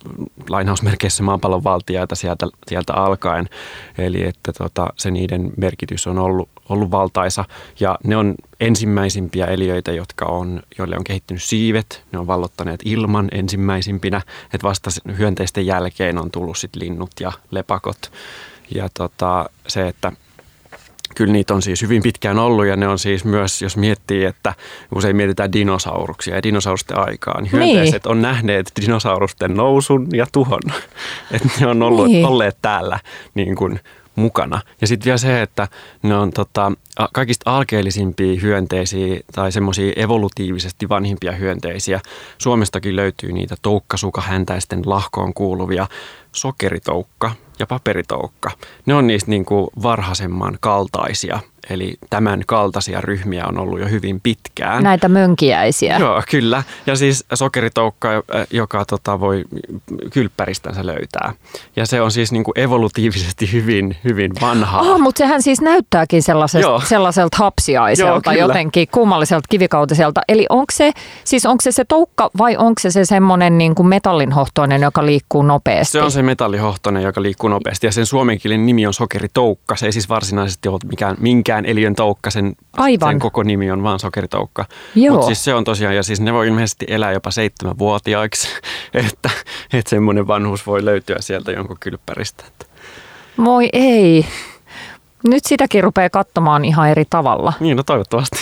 lainausmerkeissä maapallon valtiaita sieltä, sieltä alkaen. Eli että tota, se niiden merkitys on ollut, ollut valtaisa ja ne on ensimmäisimpiä eliöitä, jotka on, joille on kehittynyt siivet. Ne on vallottaneet ilman ensimmäisimpinä, että vasta hyönteisten jälkeen on tullut sit linnut ja lepakot. Ja tota, se, että kyllä niitä on siis hyvin pitkään ollut ja ne on siis myös, jos miettii, että usein mietitään dinosauruksia ja dinosaurusten aikaa, niin hyönteiset niin. on nähneet dinosaurusten nousun ja tuhon. Että ne on ollut, niin. olleet täällä niin kuin mukana. Ja sitten vielä se, että ne on tota, kaikista alkeellisimpia hyönteisiä tai semmoisia evolutiivisesti vanhimpia hyönteisiä. Suomestakin löytyy niitä toukkasukahäntäisten lahkoon kuuluvia sokeritoukka ja paperitoukka. Ne on niistä niin kuin varhaisemman kaltaisia, eli tämän kaltaisia ryhmiä on ollut jo hyvin pitkään. Näitä mönkiäisiä. Joo, kyllä. Ja siis sokeritoukka, joka tota, voi kylppäristänsä löytää. Ja se on siis niin kuin evolutiivisesti hyvin, hyvin vanhaa. Oh, mutta sehän siis näyttääkin sellaiselta hapsiaiselta, Joo, jotenkin kummalliselta kivikautiselta. Eli onko se, siis onko se se toukka vai onko se se semmoinen niin kuin metallinhohtoinen, joka liikkuu nopeasti? Se on se metallihohtoinen, joka liikkuu nopeasti ja sen suomenkielinen nimi on sokeritoukka. Se ei siis varsinaisesti ole mikään, minkään eliön toukka, sen, sen koko nimi on vaan sokeritoukka. Mutta siis se on tosiaan, ja siis ne voi ilmeisesti elää jopa seitsemänvuotiaiksi, että, että semmoinen vanhuus voi löytyä sieltä jonkun kylppäristä. Moi ei. Nyt sitäkin rupeaa katsomaan ihan eri tavalla. Niin, no toivottavasti.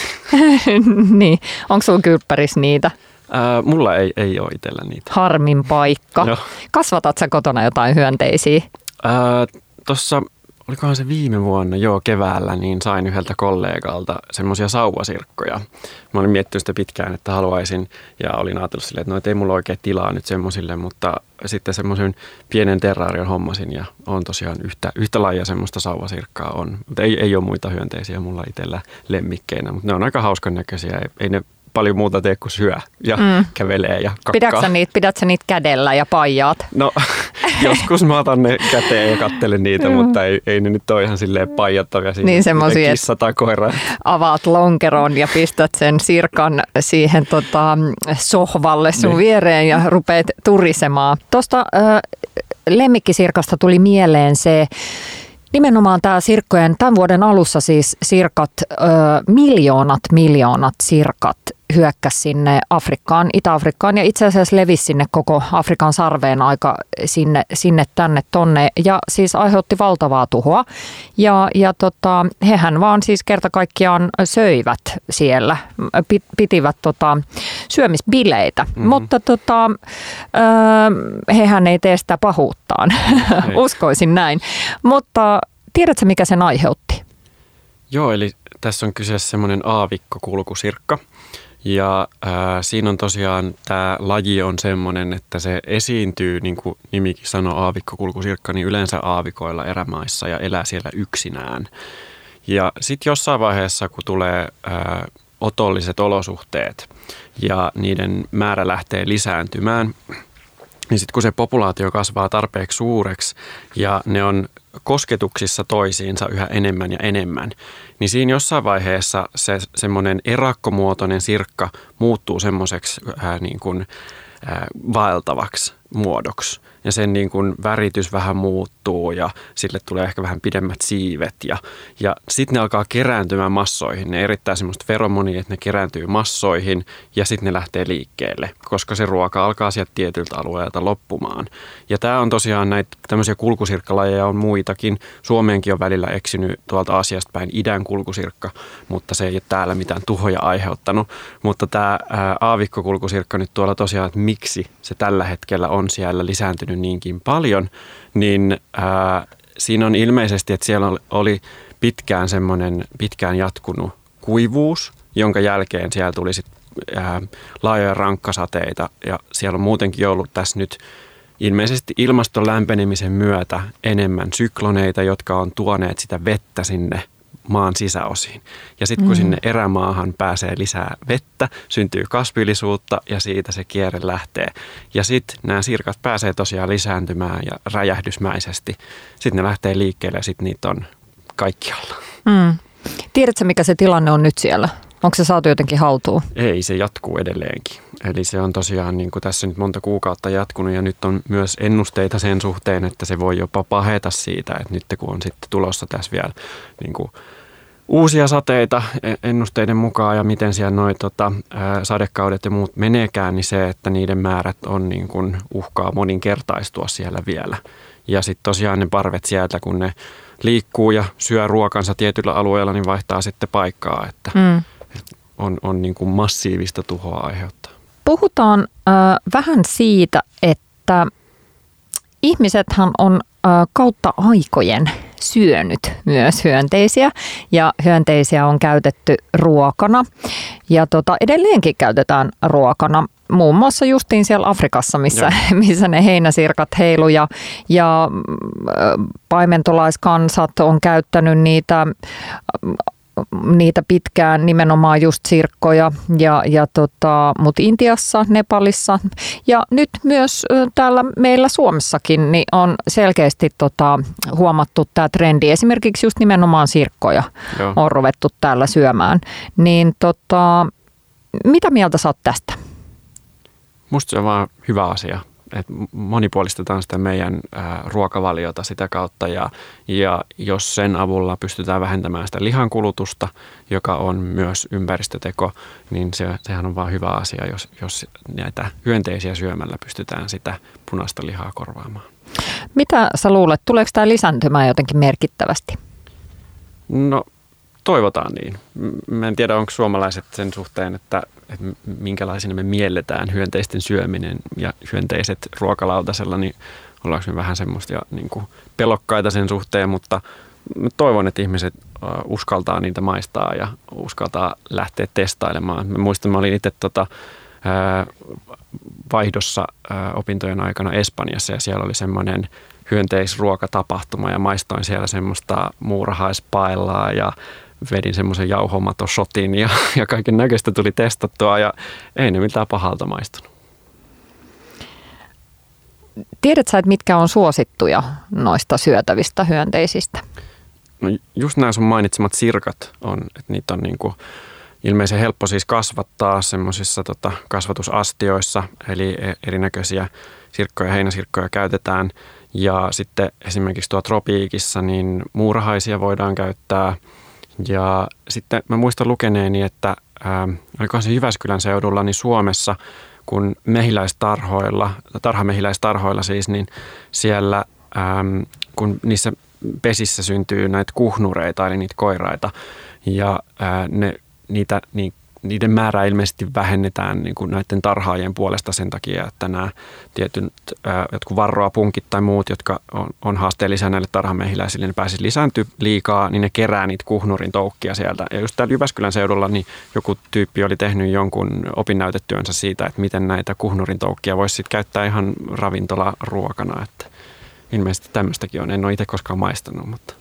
Niin, onko sulla kylppärissä niitä? Äh, mulla ei, ei ole itsellä niitä. Harmin paikka. No. Kasvatat sä kotona jotain hyönteisiä? Äh, Tuossa, olikohan se viime vuonna, joo keväällä, niin sain yhdeltä kollegalta semmoisia sauvasirkkoja. Mä olin miettinyt sitä pitkään, että haluaisin ja olin ajatellut silleen, että no, et ei mulla oikein tilaa nyt semmoisille, mutta sitten semmoisen pienen terraarion hommasin ja on tosiaan yhtä, yhtä lajia semmoista sauvasirkkaa on. Mutta ei, ei ole muita hyönteisiä mulla itsellä lemmikkeinä, mutta ne on aika hauskan näköisiä, ei, ei ne paljon muuta tee kuin syö ja mm. kävelee ja kakkaa. Pidätkö niitä, pidätkö niitä kädellä ja paijaat? No joskus mä otan ne käteen ja katselen niitä, mm. mutta ei, ei ne nyt ole ihan silleen paijattavia. Niin semmoisia, kissa tai koira. Avaat lonkeron ja pistät sen sirkan siihen tota, sohvalle sun niin. viereen ja rupeat turisemaan. Tuosta äh, lemmikkisirkasta tuli mieleen se, nimenomaan tämä sirkkojen, tämän vuoden alussa siis sirkat, ö, miljoonat miljoonat sirkat hyökkäsi sinne Afrikkaan, Itä-Afrikkaan ja itse asiassa levisi sinne koko Afrikan sarveen aika sinne, sinne tänne tonne ja siis aiheutti valtavaa tuhoa ja, ja tota, hehän vaan siis kerta kaikkiaan söivät siellä, pitivät tota, syömisbileitä, mm-hmm. mutta tota, ö, hehän ei tee sitä pahuuttaan, uskoisin näin, mutta tiedätkö mikä sen aiheutti? Joo, eli tässä on kyseessä semmoinen aavikkokulkusirkka. Ja ää, siinä on tosiaan, tämä laji on semmoinen, että se esiintyy, niin kuin nimikin sanoo aavikkokulkusirkka, niin yleensä aavikoilla erämaissa ja elää siellä yksinään. Ja sitten jossain vaiheessa, kun tulee ää, otolliset olosuhteet ja niiden määrä lähtee lisääntymään, niin sitten kun se populaatio kasvaa tarpeeksi suureksi ja ne on kosketuksissa toisiinsa yhä enemmän ja enemmän, niin siinä jossain vaiheessa se semmoinen erakkomuotoinen sirkka muuttuu semmoiseksi äh, niin kuin äh, vaeltavaksi muodoksi. Ja sen niin kuin väritys vähän muuttuu ja sille tulee ehkä vähän pidemmät siivet ja, ja sitten ne alkaa kerääntymään massoihin. Ne erittää semmoista feromonia, että ne kerääntyy massoihin ja sitten ne lähtee liikkeelle, koska se ruoka alkaa sieltä tietyltä alueelta loppumaan. Ja tämä on tosiaan näitä tämmöisiä kulkusirkkalajeja on muitakin. Suomeenkin on välillä eksynyt tuolta Aasiasta päin idän kulkusirkka, mutta se ei ole täällä mitään tuhoja aiheuttanut. Mutta tämä aavikkokulkusirkka nyt tuolla tosiaan, että miksi se tällä hetkellä on siellä lisääntynyt niinkin paljon, niin ää, siinä on ilmeisesti, että siellä oli pitkään semmoinen pitkään jatkunut kuivuus, jonka jälkeen siellä tuli sit, ää, laajoja rankkasateita ja siellä on muutenkin ollut tässä nyt ilmeisesti ilmaston lämpenemisen myötä enemmän sykloneita, jotka on tuoneet sitä vettä sinne maan sisäosiin. Ja sitten kun mm. sinne erämaahan pääsee lisää vettä, syntyy kasvillisuutta ja siitä se kierre lähtee. Ja sitten nämä sirkat pääsee tosiaan lisääntymään ja räjähdysmäisesti. Sitten ne lähtee liikkeelle ja sitten niitä on kaikkialla. Mm. Tiedätkö, mikä se tilanne on nyt siellä? Onko se saatu jotenkin haltuun? Ei, se jatkuu edelleenkin. Eli se on tosiaan niin kuin tässä nyt monta kuukautta jatkunut ja nyt on myös ennusteita sen suhteen, että se voi jopa paheta siitä, että nyt kun on sitten tulossa tässä vielä niin kuin uusia sateita ennusteiden mukaan ja miten siellä noi tota, sadekaudet ja muut meneekään, niin se, että niiden määrät on niin kuin uhkaa moninkertaistua siellä vielä. Ja sitten tosiaan ne parvet sieltä, kun ne liikkuu ja syö ruokansa tietyllä alueella, niin vaihtaa sitten paikkaa, että mm. on, on niin kuin massiivista tuhoa aiheuttaa. Puhutaan äh, vähän siitä, että ihmisethän on äh, kautta aikojen syönyt myös hyönteisiä ja hyönteisiä on käytetty ruokana ja tota, edelleenkin käytetään ruokana. Muun muassa justiin siellä Afrikassa, missä, missä ne heinäsirkat heilu ja, ja paimentolaiskansat on käyttänyt niitä, niitä pitkään nimenomaan just sirkkoja, ja, ja tota, mutta Intiassa, Nepalissa ja nyt myös täällä meillä Suomessakin niin on selkeästi tota, huomattu tämä trendi. Esimerkiksi just nimenomaan sirkkoja Joo. on ruvettu täällä syömään. Niin tota, mitä mieltä sä oot tästä? Musta se on vaan hyvä asia, että monipuolistetaan sitä meidän ää, ruokavaliota sitä kautta ja, ja jos sen avulla pystytään vähentämään sitä lihankulutusta, joka on myös ympäristöteko, niin se, sehän on vaan hyvä asia, jos, jos näitä hyönteisiä syömällä pystytään sitä punaista lihaa korvaamaan. Mitä sä luulet, tuleeko tämä lisääntymään jotenkin merkittävästi? No toivotaan niin. Mä en tiedä, onko suomalaiset sen suhteen, että, että minkälaisina me mielletään hyönteisten syöminen ja hyönteiset ruokalautasella, niin ollaanko me vähän semmoista niin kuin pelokkaita sen suhteen, mutta mä toivon, että ihmiset uskaltaa niitä maistaa ja uskaltaa lähteä testailemaan. Mä muistan, mä olin itse tota, vaihdossa opintojen aikana Espanjassa ja siellä oli semmoinen hyönteisruokatapahtuma ja maistoin siellä semmoista muurahaispaellaa ja vedin semmoisen jauhomatoshotin ja, ja kaiken näköistä tuli testattua ja ei ne mitään pahalta maistunut. Tiedätkö sä, että mitkä on suosittuja noista syötävistä hyönteisistä? No just nämä sun mainitsemat sirkat on, että niitä on niin kuin ilmeisen helppo siis kasvattaa semmoisissa tota kasvatusastioissa, eli erinäköisiä sirkkoja ja heinäsirkkoja käytetään. Ja sitten esimerkiksi tuo tropiikissa niin muurahaisia voidaan käyttää. Ja sitten mä muistan lukeneeni, että ää, olikohan se Jyväskylän seudulla, niin Suomessa kun mehiläistarhoilla, tarhamehiläistarhoilla siis, niin siellä ää, kun niissä pesissä syntyy näitä kuhnureita, eli niitä koiraita, ja ää, ne, niitä, ni, niiden määrää ilmeisesti vähennetään niin kuin näiden tarhaajien puolesta sen takia, että nämä tietyt ää, jotkut varroapunkit tai muut, jotka on, on haasteellisia näille tarhamehiläisille, ne pääsisi lisääntyä liikaa, niin ne kerää niitä kuhnurin toukkia sieltä. Ja just täällä Jyväskylän seudulla niin joku tyyppi oli tehnyt jonkun opinnäytetyönsä siitä, että miten näitä kuhnurin toukkia voisi sitten käyttää ihan ravintolaruokana, että ilmeisesti tämmöistäkin on. En ole itse koskaan maistanut, mutta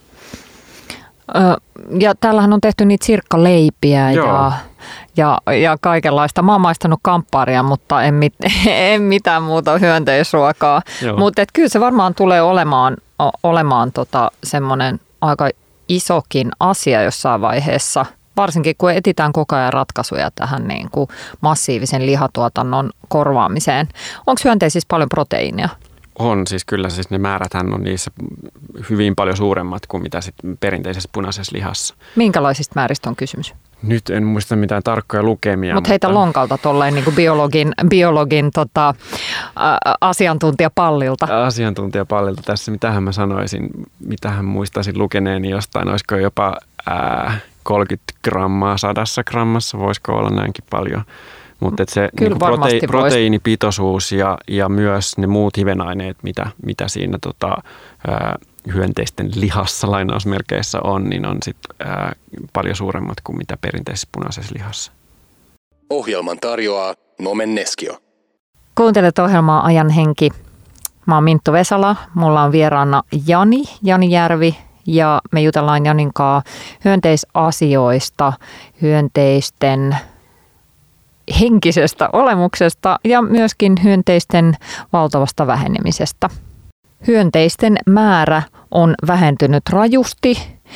ja täällähän on tehty niitä sirkkaleipiä ja, ja, ja kaikenlaista. Mä oon maistanut kamppaaria, mutta en, mit, en mitään muuta hyönteisruokaa. Mutta kyllä se varmaan tulee olemaan, olemaan tota, semmoinen aika isokin asia jossain vaiheessa. Varsinkin kun etsitään koko ajan ratkaisuja tähän niin kuin massiivisen lihatuotannon korvaamiseen. Onko hyönteisissä paljon proteiinia? On, siis kyllä siis ne määräthän on niissä hyvin paljon suuremmat kuin mitä sit perinteisessä punaisessa lihassa. Minkälaisista määristä on kysymys? Nyt en muista mitään tarkkoja lukemia. Mut mutta heitä lonkalta tolleen niin kuin biologin, biologin tota, ä, asiantuntijapallilta. Asiantuntijapallilta tässä, mitähän mä sanoisin, mitähän muistaisin lukeneeni jostain, olisiko jopa ää, kolmekymmentä grammaa sadassa grammassa, voisiko olla näinkin paljon. Mutta se niin prote, proteiinipitoisuus ja, ja myös ne muut hivenaineet, mitä, mitä siinä tota, ää, hyönteisten lihassa lainausmerkeissä on, niin on sit, ää, paljon suuremmat kuin mitä perinteisessä punaisessa lihassa. Ohjelman tarjoaa Nomen Neskio. Kuuntelet ohjelmaa Ajan henki. Mä oon Minttu Vesala, mulla on vieraana Jani, Jani Järvi, ja me jutellaan Janin kanssa hyönteisasioista, hyönteisten henkisestä olemuksesta ja myöskin hyönteisten valtavasta vähenemisestä. Hyönteisten määrä on vähentynyt rajusti.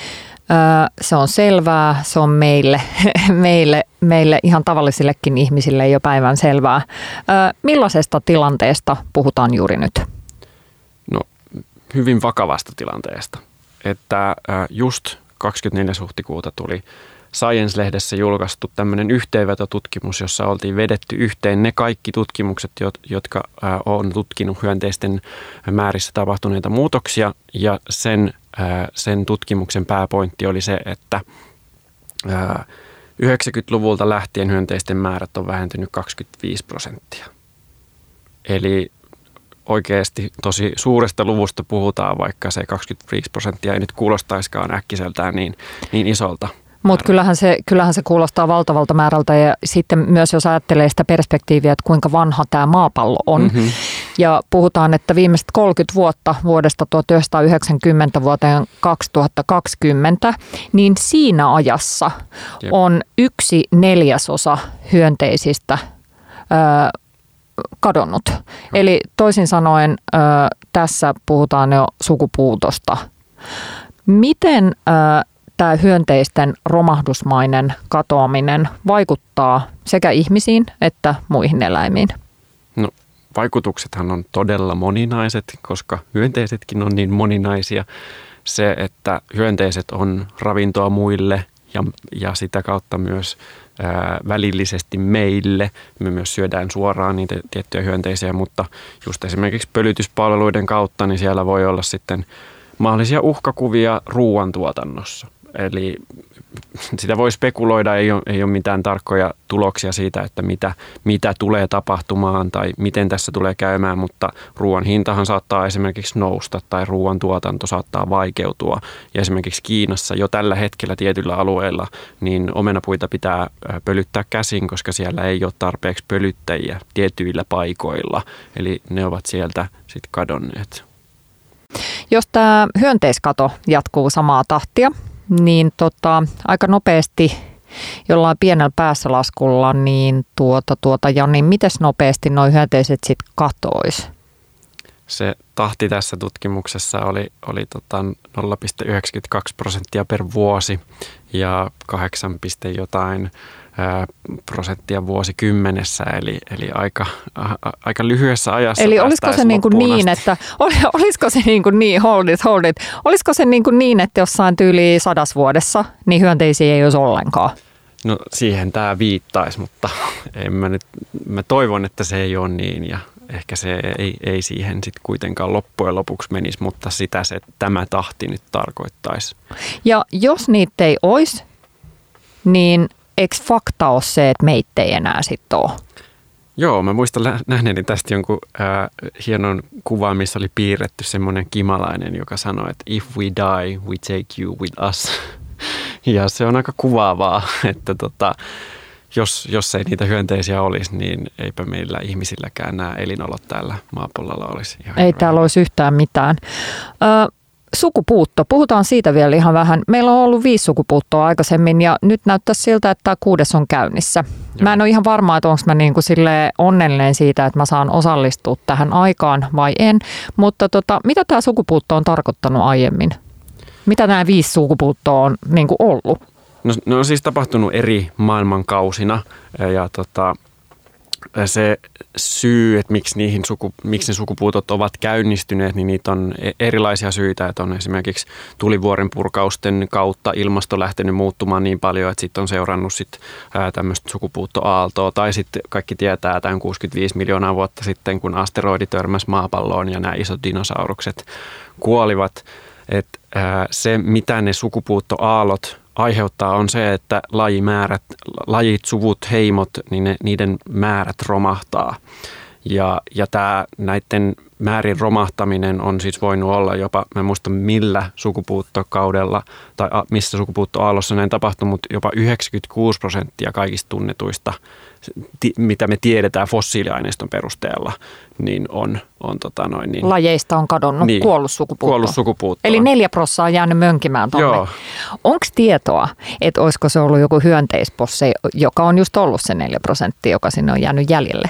Se on selvää, se on meille, meille, meille ihan tavallisillekin ihmisille jo päivän selvää. Millaisesta tilanteesta puhutaan juuri nyt? No, hyvin vakavasta tilanteesta. Että just kahdeskymmenesneljäs huhtikuuta tuli Science-lehdessä julkaistu tämmöinen yhteenvetotutkimus, jossa oltiin vedetty yhteen ne kaikki tutkimukset, jotka on tutkinut hyönteisten määrissä tapahtuneita muutoksia. Ja sen, sen tutkimuksen pääpointti oli se, että yhdeksänkymmentäluvulta lähtien hyönteisten määrät on vähentynyt kaksikymmentäviisi prosenttia. Eli oikeasti tosi suuresta luvusta puhutaan, vaikka se kaksikymmentäviisi prosenttia ei nyt kuulostaisikaan äkkiseltään niin, niin isolta. Mutta kyllähän se, kyllähän se kuulostaa valtavalta määrältä ja sitten myös jos ajattelee sitä perspektiiviä, että kuinka vanha tämä maapallo on. Mm-hmm. Ja puhutaan, että viimeiset kolmekymmentä vuotta vuodesta tuhatyhdeksänsataayhdeksänkymmentä vuoteen kaksituhattakaksikymmentä, niin siinä ajassa Jep. on yksi neljäsosa hyönteisistä ö, kadonnut. No. Eli toisin sanoen ö, tässä puhutaan jo sukupuutosta. Miten ö, tämä hyönteisten romahdusmainen katoaminen vaikuttaa sekä ihmisiin että muihin eläimiin? No, vaikutuksethan on todella moninaiset, koska hyönteisetkin on niin moninaisia. Se, että hyönteiset on ravintoa muille ja, ja sitä kautta myös ää, välillisesti meille. Me myös syödään suoraan niitä tiettyjä hyönteisiä, mutta just esimerkiksi pölytyspalveluiden kautta, niin siellä voi olla sitten mahdollisia uhkakuvia ruoantuotannossa. Eli sitä voi spekuloida, ei ole, ei ole mitään tarkkoja tuloksia siitä, että mitä, mitä tulee tapahtumaan tai miten tässä tulee käymään, mutta ruoan hintahan saattaa esimerkiksi nousta tai ruoan tuotanto saattaa vaikeutua. Ja esimerkiksi Kiinassa jo tällä hetkellä tietyillä alueilla niin omenapuita pitää pölyttää käsin, koska siellä ei ole tarpeeksi pölyttäjiä tietyillä paikoilla. Eli ne ovat sieltä sitten kadonneet. Jos tämä hyönteiskato jatkuu samaa tahtia, niin tota, aika nopeasti jollain pienellä päässälaskulla, niin tuota, tuota, ja niin mites nopeasti nuo hyönteiset sitten katois? Se tahti tässä tutkimuksessa oli, oli tota nolla pilkku yhdeksänkymmentäkaksi prosenttia per vuosi ja kahdeksan jotain ää, prosenttia vuosikymmenessä, eli, eli aika, a, aika lyhyessä ajassa. Eli olisiko se niin, kuin niin että, olisiko se niin kuin niin, hold it, hold it, olisiko se niin, kuin niin, että jossain tyyliin sadas vuodessa, niin hyönteisiä ei olisi ollenkaan? No siihen tämä viittaisi, mutta en mä, nyt, mä toivon, että se ei ole niin ja ehkä se ei, ei siihen sitten kuitenkaan loppujen lopuksi menisi, mutta sitä se tämä tahti nyt tarkoittaisi. Ja jos niitä ei olisi, niin eikö fakta ole se, että meitä ei enää sitten ole? Joo, mä muistan nähneeni tästä jonkun äh, hienon kuvan, missä oli piirretty semmoinen kimalainen, joka sanoi, että if we die, we take you with us. Ja se on aika kuvaavaa, että tota, jos, jos ei niitä hyönteisiä olisi, niin eipä meillä ihmisilläkään nämä elinolot täällä maapallolla olisi. Ihan ei täällä olisi yhtään mitään. Ö, sukupuutto, puhutaan siitä vielä ihan vähän. Meillä on ollut viisi sukupuuttoa aikaisemmin ja nyt näyttää siltä, että tämä kuudes on käynnissä. Joo. Mä en ole ihan varma, että onko mä niin kuin silleen onnellinen siitä, että mä saan osallistua tähän aikaan vai en. Mutta tota, mitä tämä sukupuutto on tarkoittanut aiemmin? Mitä nämä viisi sukupuuttoa on niin kuin ollut? No, ne on siis tapahtunut eri maailmankausina ja tota, se syy, että miksi, niihin suku, miksi ne sukupuutot ovat käynnistyneet, niin niitä on erilaisia syitä. Että on esimerkiksi tulivuoren purkausten kautta ilmasto lähtenyt muuttumaan niin paljon, että sitten on seurannut sit, ää, tämmöistä sukupuuttoaaltoa. Tai sitten kaikki tietää tämän kuusikymmentäviisi miljoonaa vuotta sitten, kun asteroidi törmäsi maapalloon ja nämä isot dinosaurukset kuolivat. Että ää, se, mitä ne sukupuuttoaallot aiheuttaa, on se, että lajimäärät, lajit, suvut, heimot, niin ne, niiden määrät romahtaa. Ja, ja tämä näiden määrin romahtaminen on siis voinut olla jopa, mä en muista millä sukupuuttokaudella tai a, missä sukupuuttoaallossa näin tapahtui, mutta jopa yhdeksänkymmentäkuusi prosenttia kaikista tunnetuista, ti, mitä me tiedetään fossiiliaineiston perusteella, niin on, on tota noin niin. Lajeista on kadonnut, niin, kuollut sukupuutto. Kuollut sukupuutto. Eli neljä prosenttia on jäänyt mönkimään tuonne. Onko tietoa, että olisiko se ollut joku hyönteisposse, joka on just ollut se neljä prosenttia, joka sinne on jäänyt jäljelle?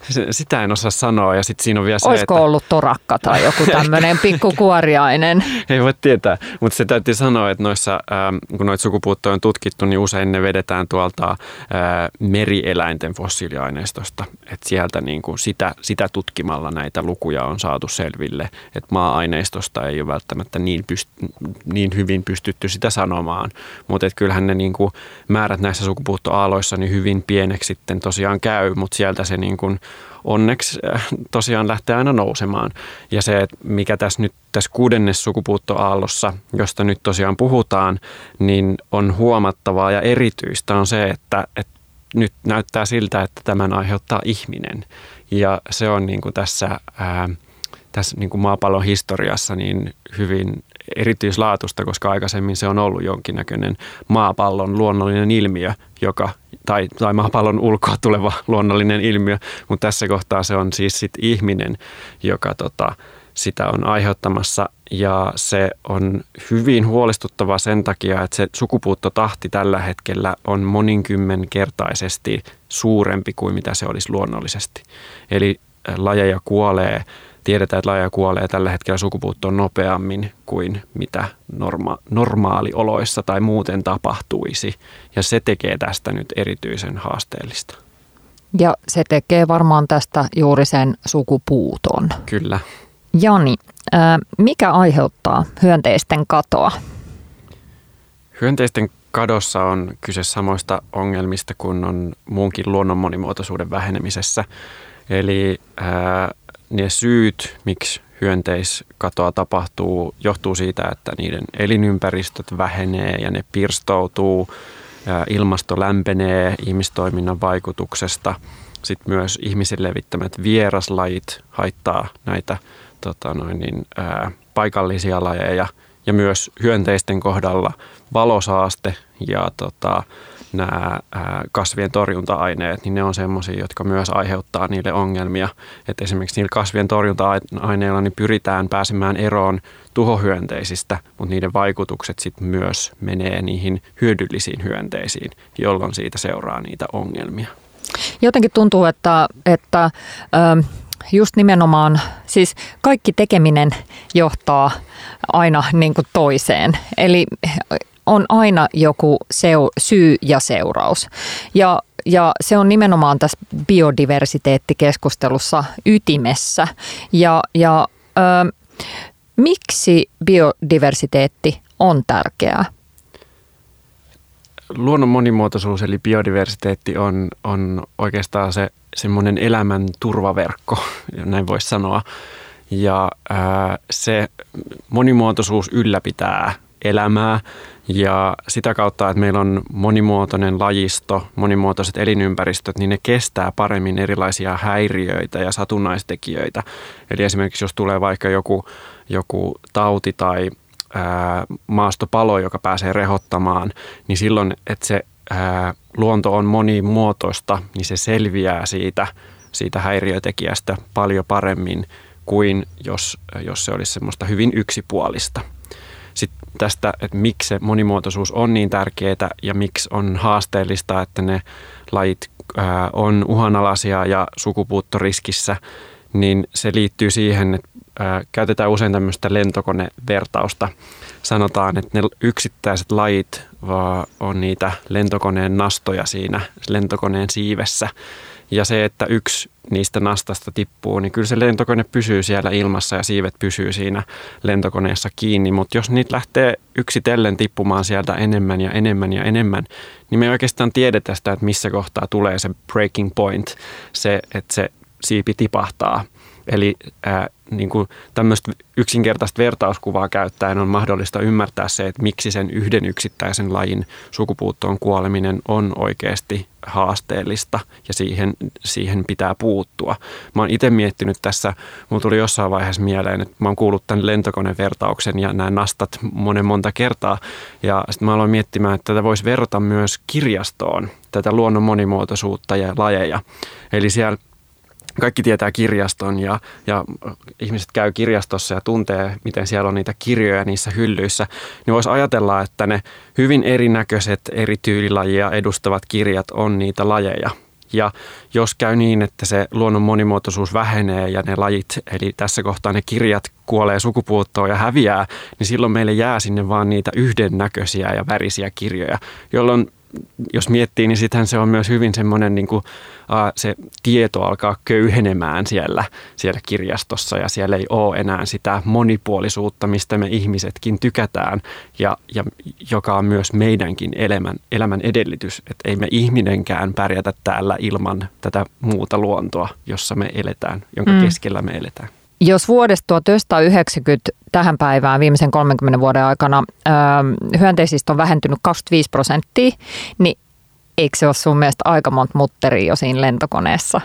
Sitä en osaa sanoa ja sitten siinä on vielä se, Olisiko että... ollut torakka tai joku tämmöinen pikkukuoriainen? Ei voi tietää, mutta se täytyy sanoa, että noissa, kun noita sukupuuttoja on tutkittu, niin usein ne vedetään tuolta merieläinten fossiiliaineistosta. Että sieltä niin kuin sitä, sitä tutkimalla näitä lukuja on saatu selville, että maa-aineistosta ei ole välttämättä niin, pyst- niin hyvin pystytty sitä sanomaan. Mutta kyllähän ne niin kuin määrät näissä sukupuuttoaaloissa niin hyvin pieneksi sitten tosiaan käy, mutta sieltä se niin kuin onneksi tosiaan lähtee aina nousemaan. Ja se, mikä tässä nyt tässä kuudennes sukupuuttoaallossa, josta nyt tosiaan puhutaan, niin on huomattavaa ja erityistä on se, että, että nyt näyttää siltä, että tämän aiheuttaa ihminen. Ja se on niin kuin tässä, ää, tässä niin kuin maapallon historiassa niin hyvin erityislaatusta, koska aikaisemmin se on ollut jonkinnäköinen maapallon luonnollinen ilmiö, joka, tai, tai maapallon ulkoa tuleva luonnollinen ilmiö, mutta tässä kohtaa se on siis sit ihminen, joka tota, sitä on aiheuttamassa ja se on hyvin huolestuttavaa sen takia, että se sukupuuttotahti tällä hetkellä on moninkymmenkertaisesti suurempi kuin mitä se olisi luonnollisesti. Eli lajeja kuolee. Tiedetään, että lajeja kuolee tällä hetkellä sukupuuttoon nopeammin kuin mitä norma- normaalioloissa tai muuten tapahtuisi. Ja se tekee tästä nyt erityisen haasteellista. Ja se tekee varmaan tästä juuri sen sukupuuton. Kyllä. Jani, mikä aiheuttaa hyönteisten katoa? Hyönteisten kadossa on kyse samoista ongelmista kuin on muunkin luonnon monimuotoisuuden vähenemisessä. Eli ää, ne syyt, miksi hyönteiskatoa tapahtuu, johtuu siitä, että niiden elinympäristöt vähenee ja ne pirstoutuu, ää, ilmasto lämpenee ihmistoiminnan vaikutuksesta. Sitten myös ihmisen levittämät vieraslajit haittaa näitä tota noin niin, ää, paikallisia lajeja ja myös hyönteisten kohdalla valosaaste ja tota, nämä kasvien torjunta-aineet, niin ne on semmoisia, jotka myös aiheuttaa niille ongelmia. Että esimerkiksi niillä kasvien torjunta-aineilla niin pyritään pääsemään eroon tuhohyönteisistä, mutta niiden vaikutukset sitten myös menee niihin hyödyllisiin hyönteisiin, jolloin siitä seuraa niitä ongelmia. Jotenkin tuntuu, että, että just nimenomaan, siis kaikki tekeminen johtaa aina niin kuin toiseen. Eli on aina joku seu, syy ja seuraus. Ja, ja se on nimenomaan tässä biodiversiteettikeskustelussa ytimessä. Ja, ja ö, miksi biodiversiteetti on tärkeää? Luonnon monimuotoisuus eli biodiversiteetti on, on oikeastaan se semmoinen elämän turvaverkko, näin voisi sanoa. Ja ää, se monimuotoisuus ylläpitää elämää ja sitä kautta, että meillä on monimuotoinen lajisto, monimuotoiset elinympäristöt, niin ne kestää paremmin erilaisia häiriöitä ja satunnaistekijöitä. Eli esimerkiksi jos tulee vaikka joku, joku tauti tai ää, maastopalo, joka pääsee rehottamaan, niin silloin, että se ää, luonto on monimuotoista, niin se selviää siitä, siitä häiriötekijästä paljon paremmin kuin jos, jos se olisi semmoista hyvin yksipuolista. Sitten tästä, että miksi se monimuotoisuus on niin tärkeää ja miksi on haasteellista, että ne lajit ää, on uhanalaisia ja sukupuuttoriskissä, niin se liittyy siihen, että ää, käytetään usein tämmöistä lentokonevertausta. Sanotaan, että ne yksittäiset lajit vaan on niitä lentokoneen nastoja siinä lentokoneen siivessä. Ja se, että yksi niistä nastasta tippuu, niin kyllä se lentokone pysyy siellä ilmassa ja siivet pysyy siinä lentokoneessa kiinni. Mutta jos niitä lähtee yksitellen tippumaan sieltä enemmän ja enemmän ja enemmän, niin me ei oikeastaan tiedetä sitä, että missä kohtaa tulee se breaking point, se, että se siipi tipahtaa. Eli ää, niin kuin tämmöistä yksinkertaista vertauskuvaa käyttäen on mahdollista ymmärtää se, että miksi sen yhden yksittäisen lajin sukupuuttoon kuoleminen on oikeasti haasteellista ja siihen, siihen pitää puuttua. Mä oon itse miettinyt tässä, mulla tuli jossain vaiheessa mieleen, että mä oon kuullut tämän lentokonevertauksen ja nämä nastat monen monta kertaa. Ja sitten mä aloin miettimään, että tätä voisi verrata myös kirjastoon, tätä luonnon monimuotoisuutta ja lajeja. Eli siellä kaikki tietää kirjaston ja, ja ihmiset käy kirjastossa ja tuntee, miten siellä on niitä kirjoja niissä hyllyissä. Niin voisi ajatella, että ne hyvin erinäköiset eri tyylilajia edustavat kirjat on niitä lajeja. Ja jos käy niin, että se luonnon monimuotoisuus vähenee ja ne lajit, eli tässä kohtaa ne kirjat kuolee sukupuuttoon ja häviää, niin silloin meille jää sinne vaan niitä yhdennäköisiä ja värisiä kirjoja, jolloin jos miettii, niin sittenhän se on myös hyvin semmoinen, niin kuin, uh, se tieto alkaa köyhenemään siellä, siellä kirjastossa ja siellä ei ole enää sitä monipuolisuutta, mistä me ihmisetkin tykätään ja, ja joka on myös meidänkin elämän, elämän edellytys, että ei me ihminenkään pärjätä täällä ilman tätä muuta luontoa, jossa me eletään, jonka mm. keskellä me eletään. Jos vuodesta tuhatyhdeksänsataayhdeksänkymmentä tähän päivään viimeisen kolmenkymmenen vuoden aikana ö, hyönteisistä on vähentynyt kaksikymmentäviisi prosenttia, niin eikö se ole sun mielestä aika monta mutteria jo siinä lentokoneessa?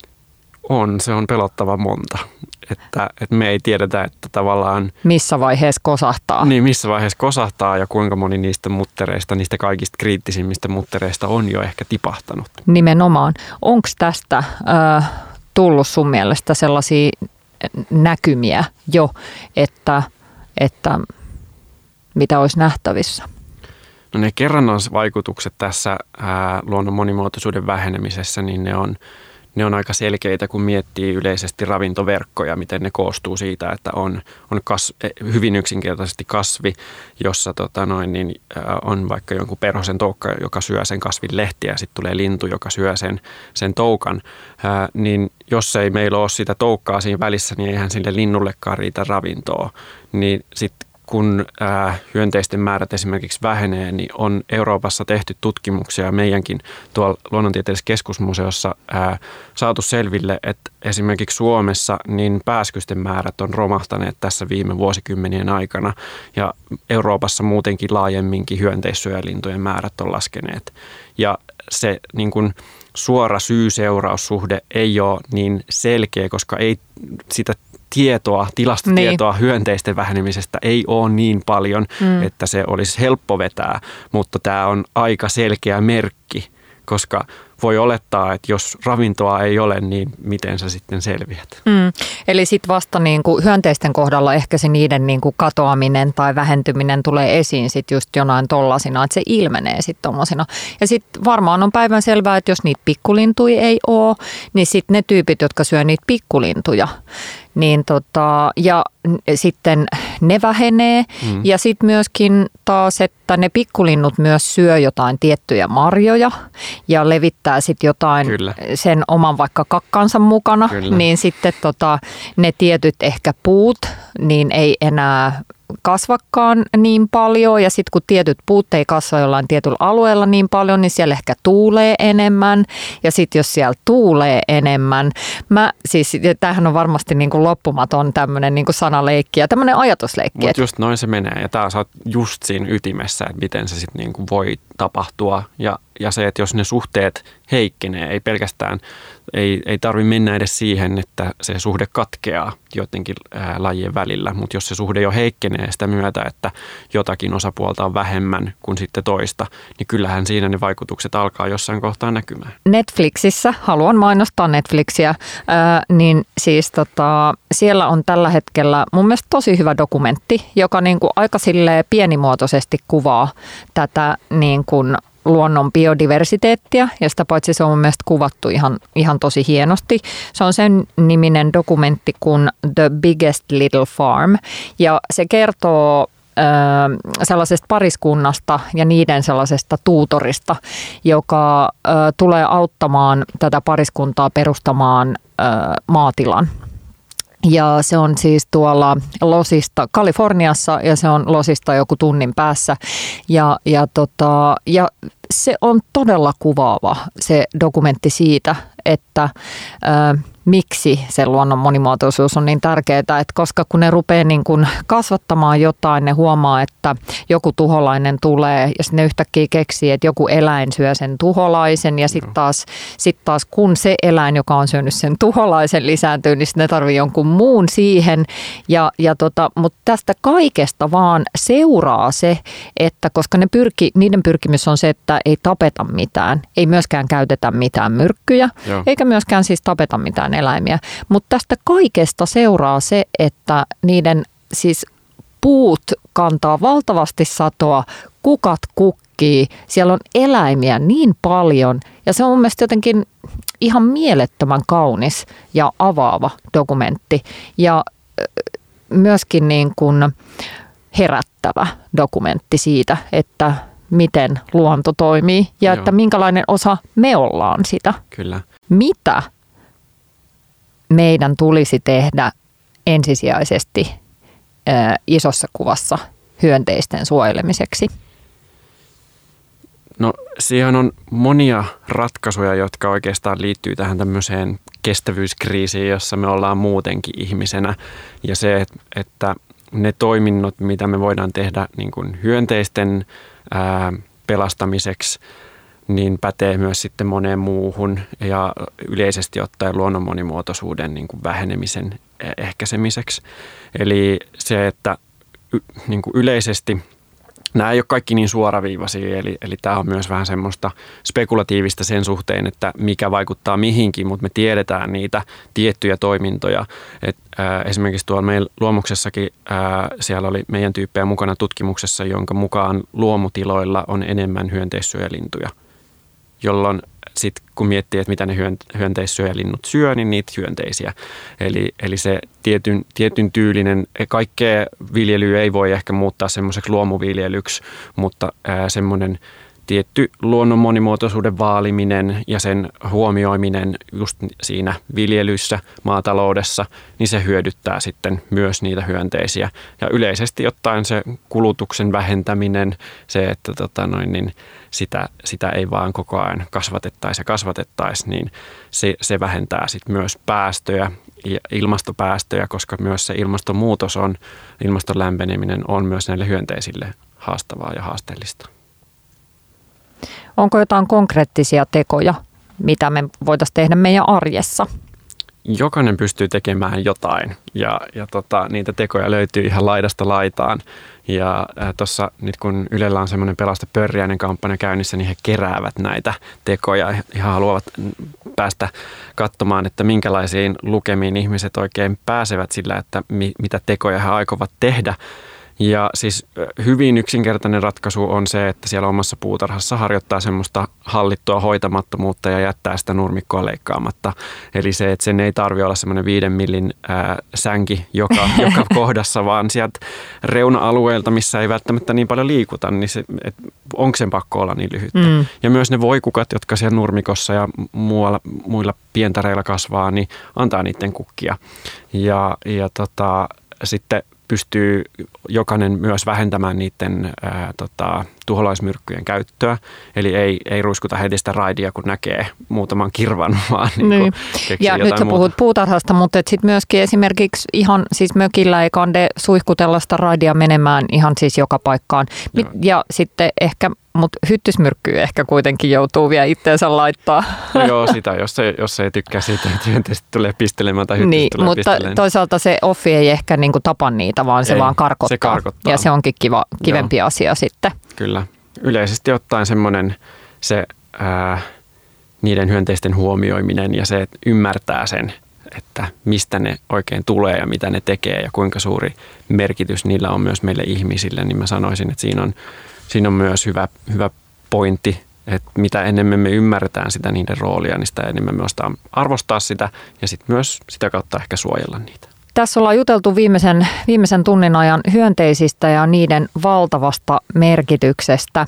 On, se on pelottava monta. Että, että me ei tiedetä, että tavallaan... Missä vaiheessa kosahtaa. Niin, missä vaiheessa kosahtaa ja kuinka moni niistä muttereista, niistä kaikista kriittisimmistä muttereista on jo ehkä tipahtanut. Nimenomaan. Onko tästä ö, tullut sun mielestä sellaisia näkymiä jo, että, että mitä olisi nähtävissä? No ne kerrannaisvaikutukset tässä ää, luonnon monimuotoisuuden vähenemisessä, niin ne on, ne on aika selkeitä, kun miettii yleisesti ravintoverkkoja, miten ne koostuu siitä, että on, on kas, hyvin yksinkertaisesti kasvi, jossa tota noin, niin, ää, on vaikka jonkun perhosen toukka, joka syö sen kasvin lehtiä, ja sitten tulee lintu, joka syö sen, sen toukan, ää, niin jos ei meillä ole sitä toukkaa siinä välissä, niin eihän sille linnullekaan riitä ravintoa, niin sitten kun äh, hyönteisten määrät esimerkiksi vähenee, niin on Euroopassa tehty tutkimuksia ja meidänkin tuolla Luonnontieteellisessä keskusmuseossa äh, saatu selville, että esimerkiksi Suomessa niin pääskysten määrät on romahtaneet tässä viime vuosikymmenien aikana ja Euroopassa muutenkin laajemminkin hyönteissyöjälintujen määrät on laskeneet. Ja se niin kuin suora syy-seuraussuhde ei ole niin selkeä, koska ei sitä tietoa, tilastotietoa niin. hyönteisten vähenemisestä ei ole niin paljon, mm. että se olisi helppo vetää, mutta tämä on aika selkeä merkki, koska voi olettaa, että jos ravintoa ei ole, niin miten sä sitten selviät. Mm. Eli sitten vasta niin kuin hyönteisten kohdalla ehkä se niiden niin kuin katoaminen tai vähentyminen tulee esiin sitten just jonain tollasina, että se ilmenee sitten tommosina. Ja sitten varmaan on päivänselvää, että jos niitä pikkulintuja ei ole, niin sitten ne tyypit, jotka syö niitä pikkulintuja, niin tota, ja sitten ne vähenee mm. ja sitten myöskin taas, että ne pikkulinnut myös syö jotain tiettyjä marjoja ja levittää sitten jotain Kyllä. sen oman vaikka kakkansa mukana, Kyllä. niin sitten tota, ne tietyt ehkä puut, niin ei enää kasvakaan niin paljon ja sitten kun tietyt puut ei kasva jollain tietyllä alueella niin paljon, niin siellä ehkä tuulee enemmän ja sitten jos siellä tuulee enemmän, mä siis, tämähän on varmasti niin kuin loppumaton tämmöinen niin kuin sanaleikki ja tämmöinen ajatusleikki. Mutta just noin se menee ja tää sä oot just siinä ytimessä, että miten se sitten niin kuin voi tapahtua ja, ja se, että jos ne suhteet heikkenee, ei pelkästään, ei, ei tarvitse mennä edes siihen, että se suhde katkeaa jotenkin ää, lajien välillä, mutta jos se suhde jo heikkenee sitä myötä, että jotakin osapuolta on vähemmän kuin sitten toista, niin kyllähän siinä ne vaikutukset alkaa jossain kohtaa näkymään. Netflixissä, haluan mainostaa Netflixiä, ää, niin siis tota, siellä on tällä hetkellä mun mielestä tosi hyvä dokumentti, joka niin kuin aika silleen pienimuotoisesti kuvaa tätä niin kuin luonnon biodiversiteettiä ja sitä paitsi se on mun mielestä kuvattu ihan, ihan tosi hienosti. Se on sen niminen dokumentti kuin The Biggest Little Farm ja se kertoo ö, sellaisesta pariskunnasta ja niiden sellaisesta tuutorista, joka ö, tulee auttamaan tätä pariskuntaa perustamaan ö, maatilan. Ja se on siis tuolla Losista, Kaliforniassa ja se on Losista joku tunnin päässä ja, ja, tota, ja se on todella kuvaava se dokumentti siitä, että ö, miksi se luonnon monimuotoisuus on niin tärkeää, että koska kun ne rupeaa niin kuin kasvattamaan jotain, ne huomaa, että joku tuholainen tulee ja sitten ne yhtäkkiä keksii, että joku eläin syö sen tuholaisen ja sitten taas, sit taas kun se eläin, joka on syönyt sen tuholaisen lisääntyy, niin sitten ne tarvitsee jonkun muun siihen. Ja, ja tota, mutta tästä kaikesta vaan seuraa se, että koska ne pyrki, niiden pyrkimys on se, että ei tapeta mitään, ei myöskään käytetä mitään myrkkyjä, Joo. eikä myöskään siis tapeta mitään eläimiä. Mutta tästä kaikesta seuraa se, että niiden siis puut kantaa valtavasti satoa, kukat kukkii, siellä on eläimiä niin paljon ja se on mun mielestä jotenkin ihan mielettömän kaunis ja avaava dokumentti ja myöskin niin kuin herättävä dokumentti siitä, että miten luonto toimii ja Joo. että minkälainen osa me ollaan sitä. Kyllä. Mitä meidän tulisi tehdä ensisijaisesti ää, isossa kuvassa hyönteisten suojelemiseksi? No siihen on monia ratkaisuja, jotka oikeastaan liittyy tähän tämmöiseen kestävyyskriisiin, jossa me ollaan muutenkin ihmisenä. Ja se, että ne toiminnot, mitä me voidaan tehdä niin kuin hyönteisten ää, pelastamiseksi, niin pätee myös sitten moneen muuhun ja yleisesti ottaen luonnon monimuotoisuuden niin kuin vähenemisen ehkäisemiseksi. Eli se, että y, niin kuin yleisesti nämä ei ole kaikki niin suoraviivaisia, eli, eli tämä on myös vähän semmoista spekulatiivista sen suhteen, että mikä vaikuttaa mihinkin, mutta me tiedetään niitä tiettyjä toimintoja. Et, ää, esimerkiksi tuolla meidän luomuksessakin ää, siellä oli meidän tyyppejä mukana tutkimuksessa, jonka mukaan luomutiloilla on enemmän hyönteissyöjälintuja, jolloin sitten kun miettii, että mitä ne hyönteissyöjälinnut syö, niin niitä hyönteisiä. Eli, eli se tietyn, tietyn tyylinen, kaikkea viljelyä ei voi ehkä muuttaa semmoiseksi luomuviljelyksi, mutta ää, semmoinen tietty luonnon monimuotoisuuden vaaliminen ja sen huomioiminen just siinä viljelyssä, maataloudessa, niin se hyödyttää sitten myös niitä hyönteisiä. Ja yleisesti ottaen se kulutuksen vähentäminen, se, että tota noin, niin sitä, sitä ei vaan koko ajan kasvatettaisi ja kasvatettaisi, niin se, se vähentää sitten myös päästöjä ja ilmastopäästöjä, koska myös se ilmastonmuutos on, ilmaston lämpeneminen on myös näille hyönteisille haastavaa ja haasteellista. Onko jotain konkreettisia tekoja, mitä me voitaisiin tehdä meidän arjessa? Jokainen pystyy tekemään jotain ja, ja tota, niitä tekoja löytyy ihan laidasta laitaan. Ja tuossa nyt kun Ylellä on semmoinen Pelasta Pörriäinen -kampanja käynnissä, niin he keräävät näitä tekoja. Ihan haluavat päästä katsomaan, että minkälaisiin lukemiin ihmiset oikein pääsevät sillä, että mi, mitä tekoja he aikovat tehdä. Ja siis hyvin yksinkertainen ratkaisu on se, että siellä omassa puutarhassa harjoittaa semmoista hallittua hoitamattomuutta ja jättää sitä nurmikkoa leikkaamatta. Eli se, että sen ei tarvitse olla semmoinen viiden millin ää, sänki joka, joka kohdassa, vaan sieltä reuna-alueelta, missä ei välttämättä niin paljon liikuta, niin se, et, onko sen pakko olla niin lyhyttä. Mm. Ja myös ne voikukat, jotka siellä nurmikossa ja muualla, muilla pientareilla kasvaa, niin antaa niiden kukkia. Ja, ja tota, sitten pystyy jokainen myös vähentämään niiden ää, tota, tuholaismyrkkyjen käyttöä. Eli ei, ei ruiskuta heti sitä raidia, kun näkee muutaman kirvan, vaan niin niin. Ja nyt sä puhut muuta. puutarhasta, mutta sitten myöskin esimerkiksi ihan siis mökillä ei kande suihkutella sitä raidia menemään ihan siis joka paikkaan. Mit, ja sitten ehkä, mutta hyttysmyrkkyä ehkä kuitenkin joutuu vielä itteensä laittaa. No joo, sitä, jos ei, jos ei tykkää siitä, että hyönteistä tulee pistelemään tai hyttys niin, tulee mutta pistelemään. Toisaalta se offi ei ehkä niinku tapa niitä, vaan se ei, vaan karkottaa. Se karkottaa. Ja se onkin kiva, kivempi joo. asia sitten. Kyllä. Yleisesti ottaen semmoinen se ää, niiden hyönteisten huomioiminen ja se, että ymmärtää sen, että mistä ne oikein tulee ja mitä ne tekee ja kuinka suuri merkitys niillä on myös meille ihmisille, niin mä sanoisin, että siinä on, siinä on myös hyvä, hyvä pointti, että mitä enemmän me ymmärretään sitä niiden roolia, niin sitä enemmän me ostaa arvostaa sitä ja sitten myös sitä kautta ehkä suojella niitä. Tässä ollaan juteltu viimeisen, viimeisen tunnin ajan hyönteisistä ja niiden valtavasta merkityksestä.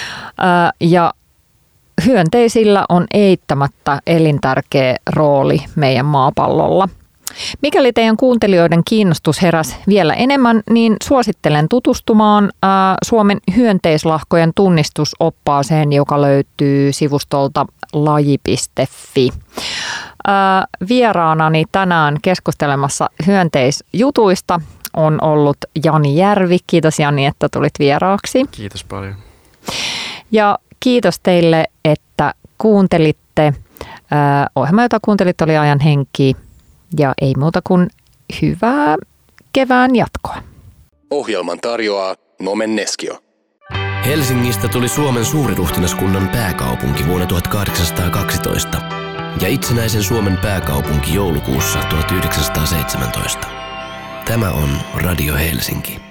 Ää, ja hyönteisillä on eittämättä elintärkeä rooli meidän maapallolla. Mikäli teidän kuuntelijoiden kiinnostus heräsi vielä enemmän, niin suosittelen tutustumaan ää, Suomen hyönteislahkojen tunnistusoppaaseen, joka löytyy sivustolta laji piste fi. Ää, vieraanani tänään keskustelemassa hyönteisjutuista on ollut Jani Järvi. Kiitos Jani, että tulit vieraaksi. Kiitos paljon. Ja kiitos teille, että kuuntelitte. Ää, ohjelma, jota kuuntelit, oli Ajan henki. Ja ei muuta kuin hyvää kevään jatkoa. Ohjelman tarjoaa Nomen Neskio. Helsingistä tuli Suomen suuriruhtinaskunnan pääkaupunki vuonna tuhatkahdeksansataakaksitoista ja itsenäisen Suomen pääkaupunki joulukuussa tuhatyhdeksänsataaseitsemäntoista. Tämä on Radio Helsinki.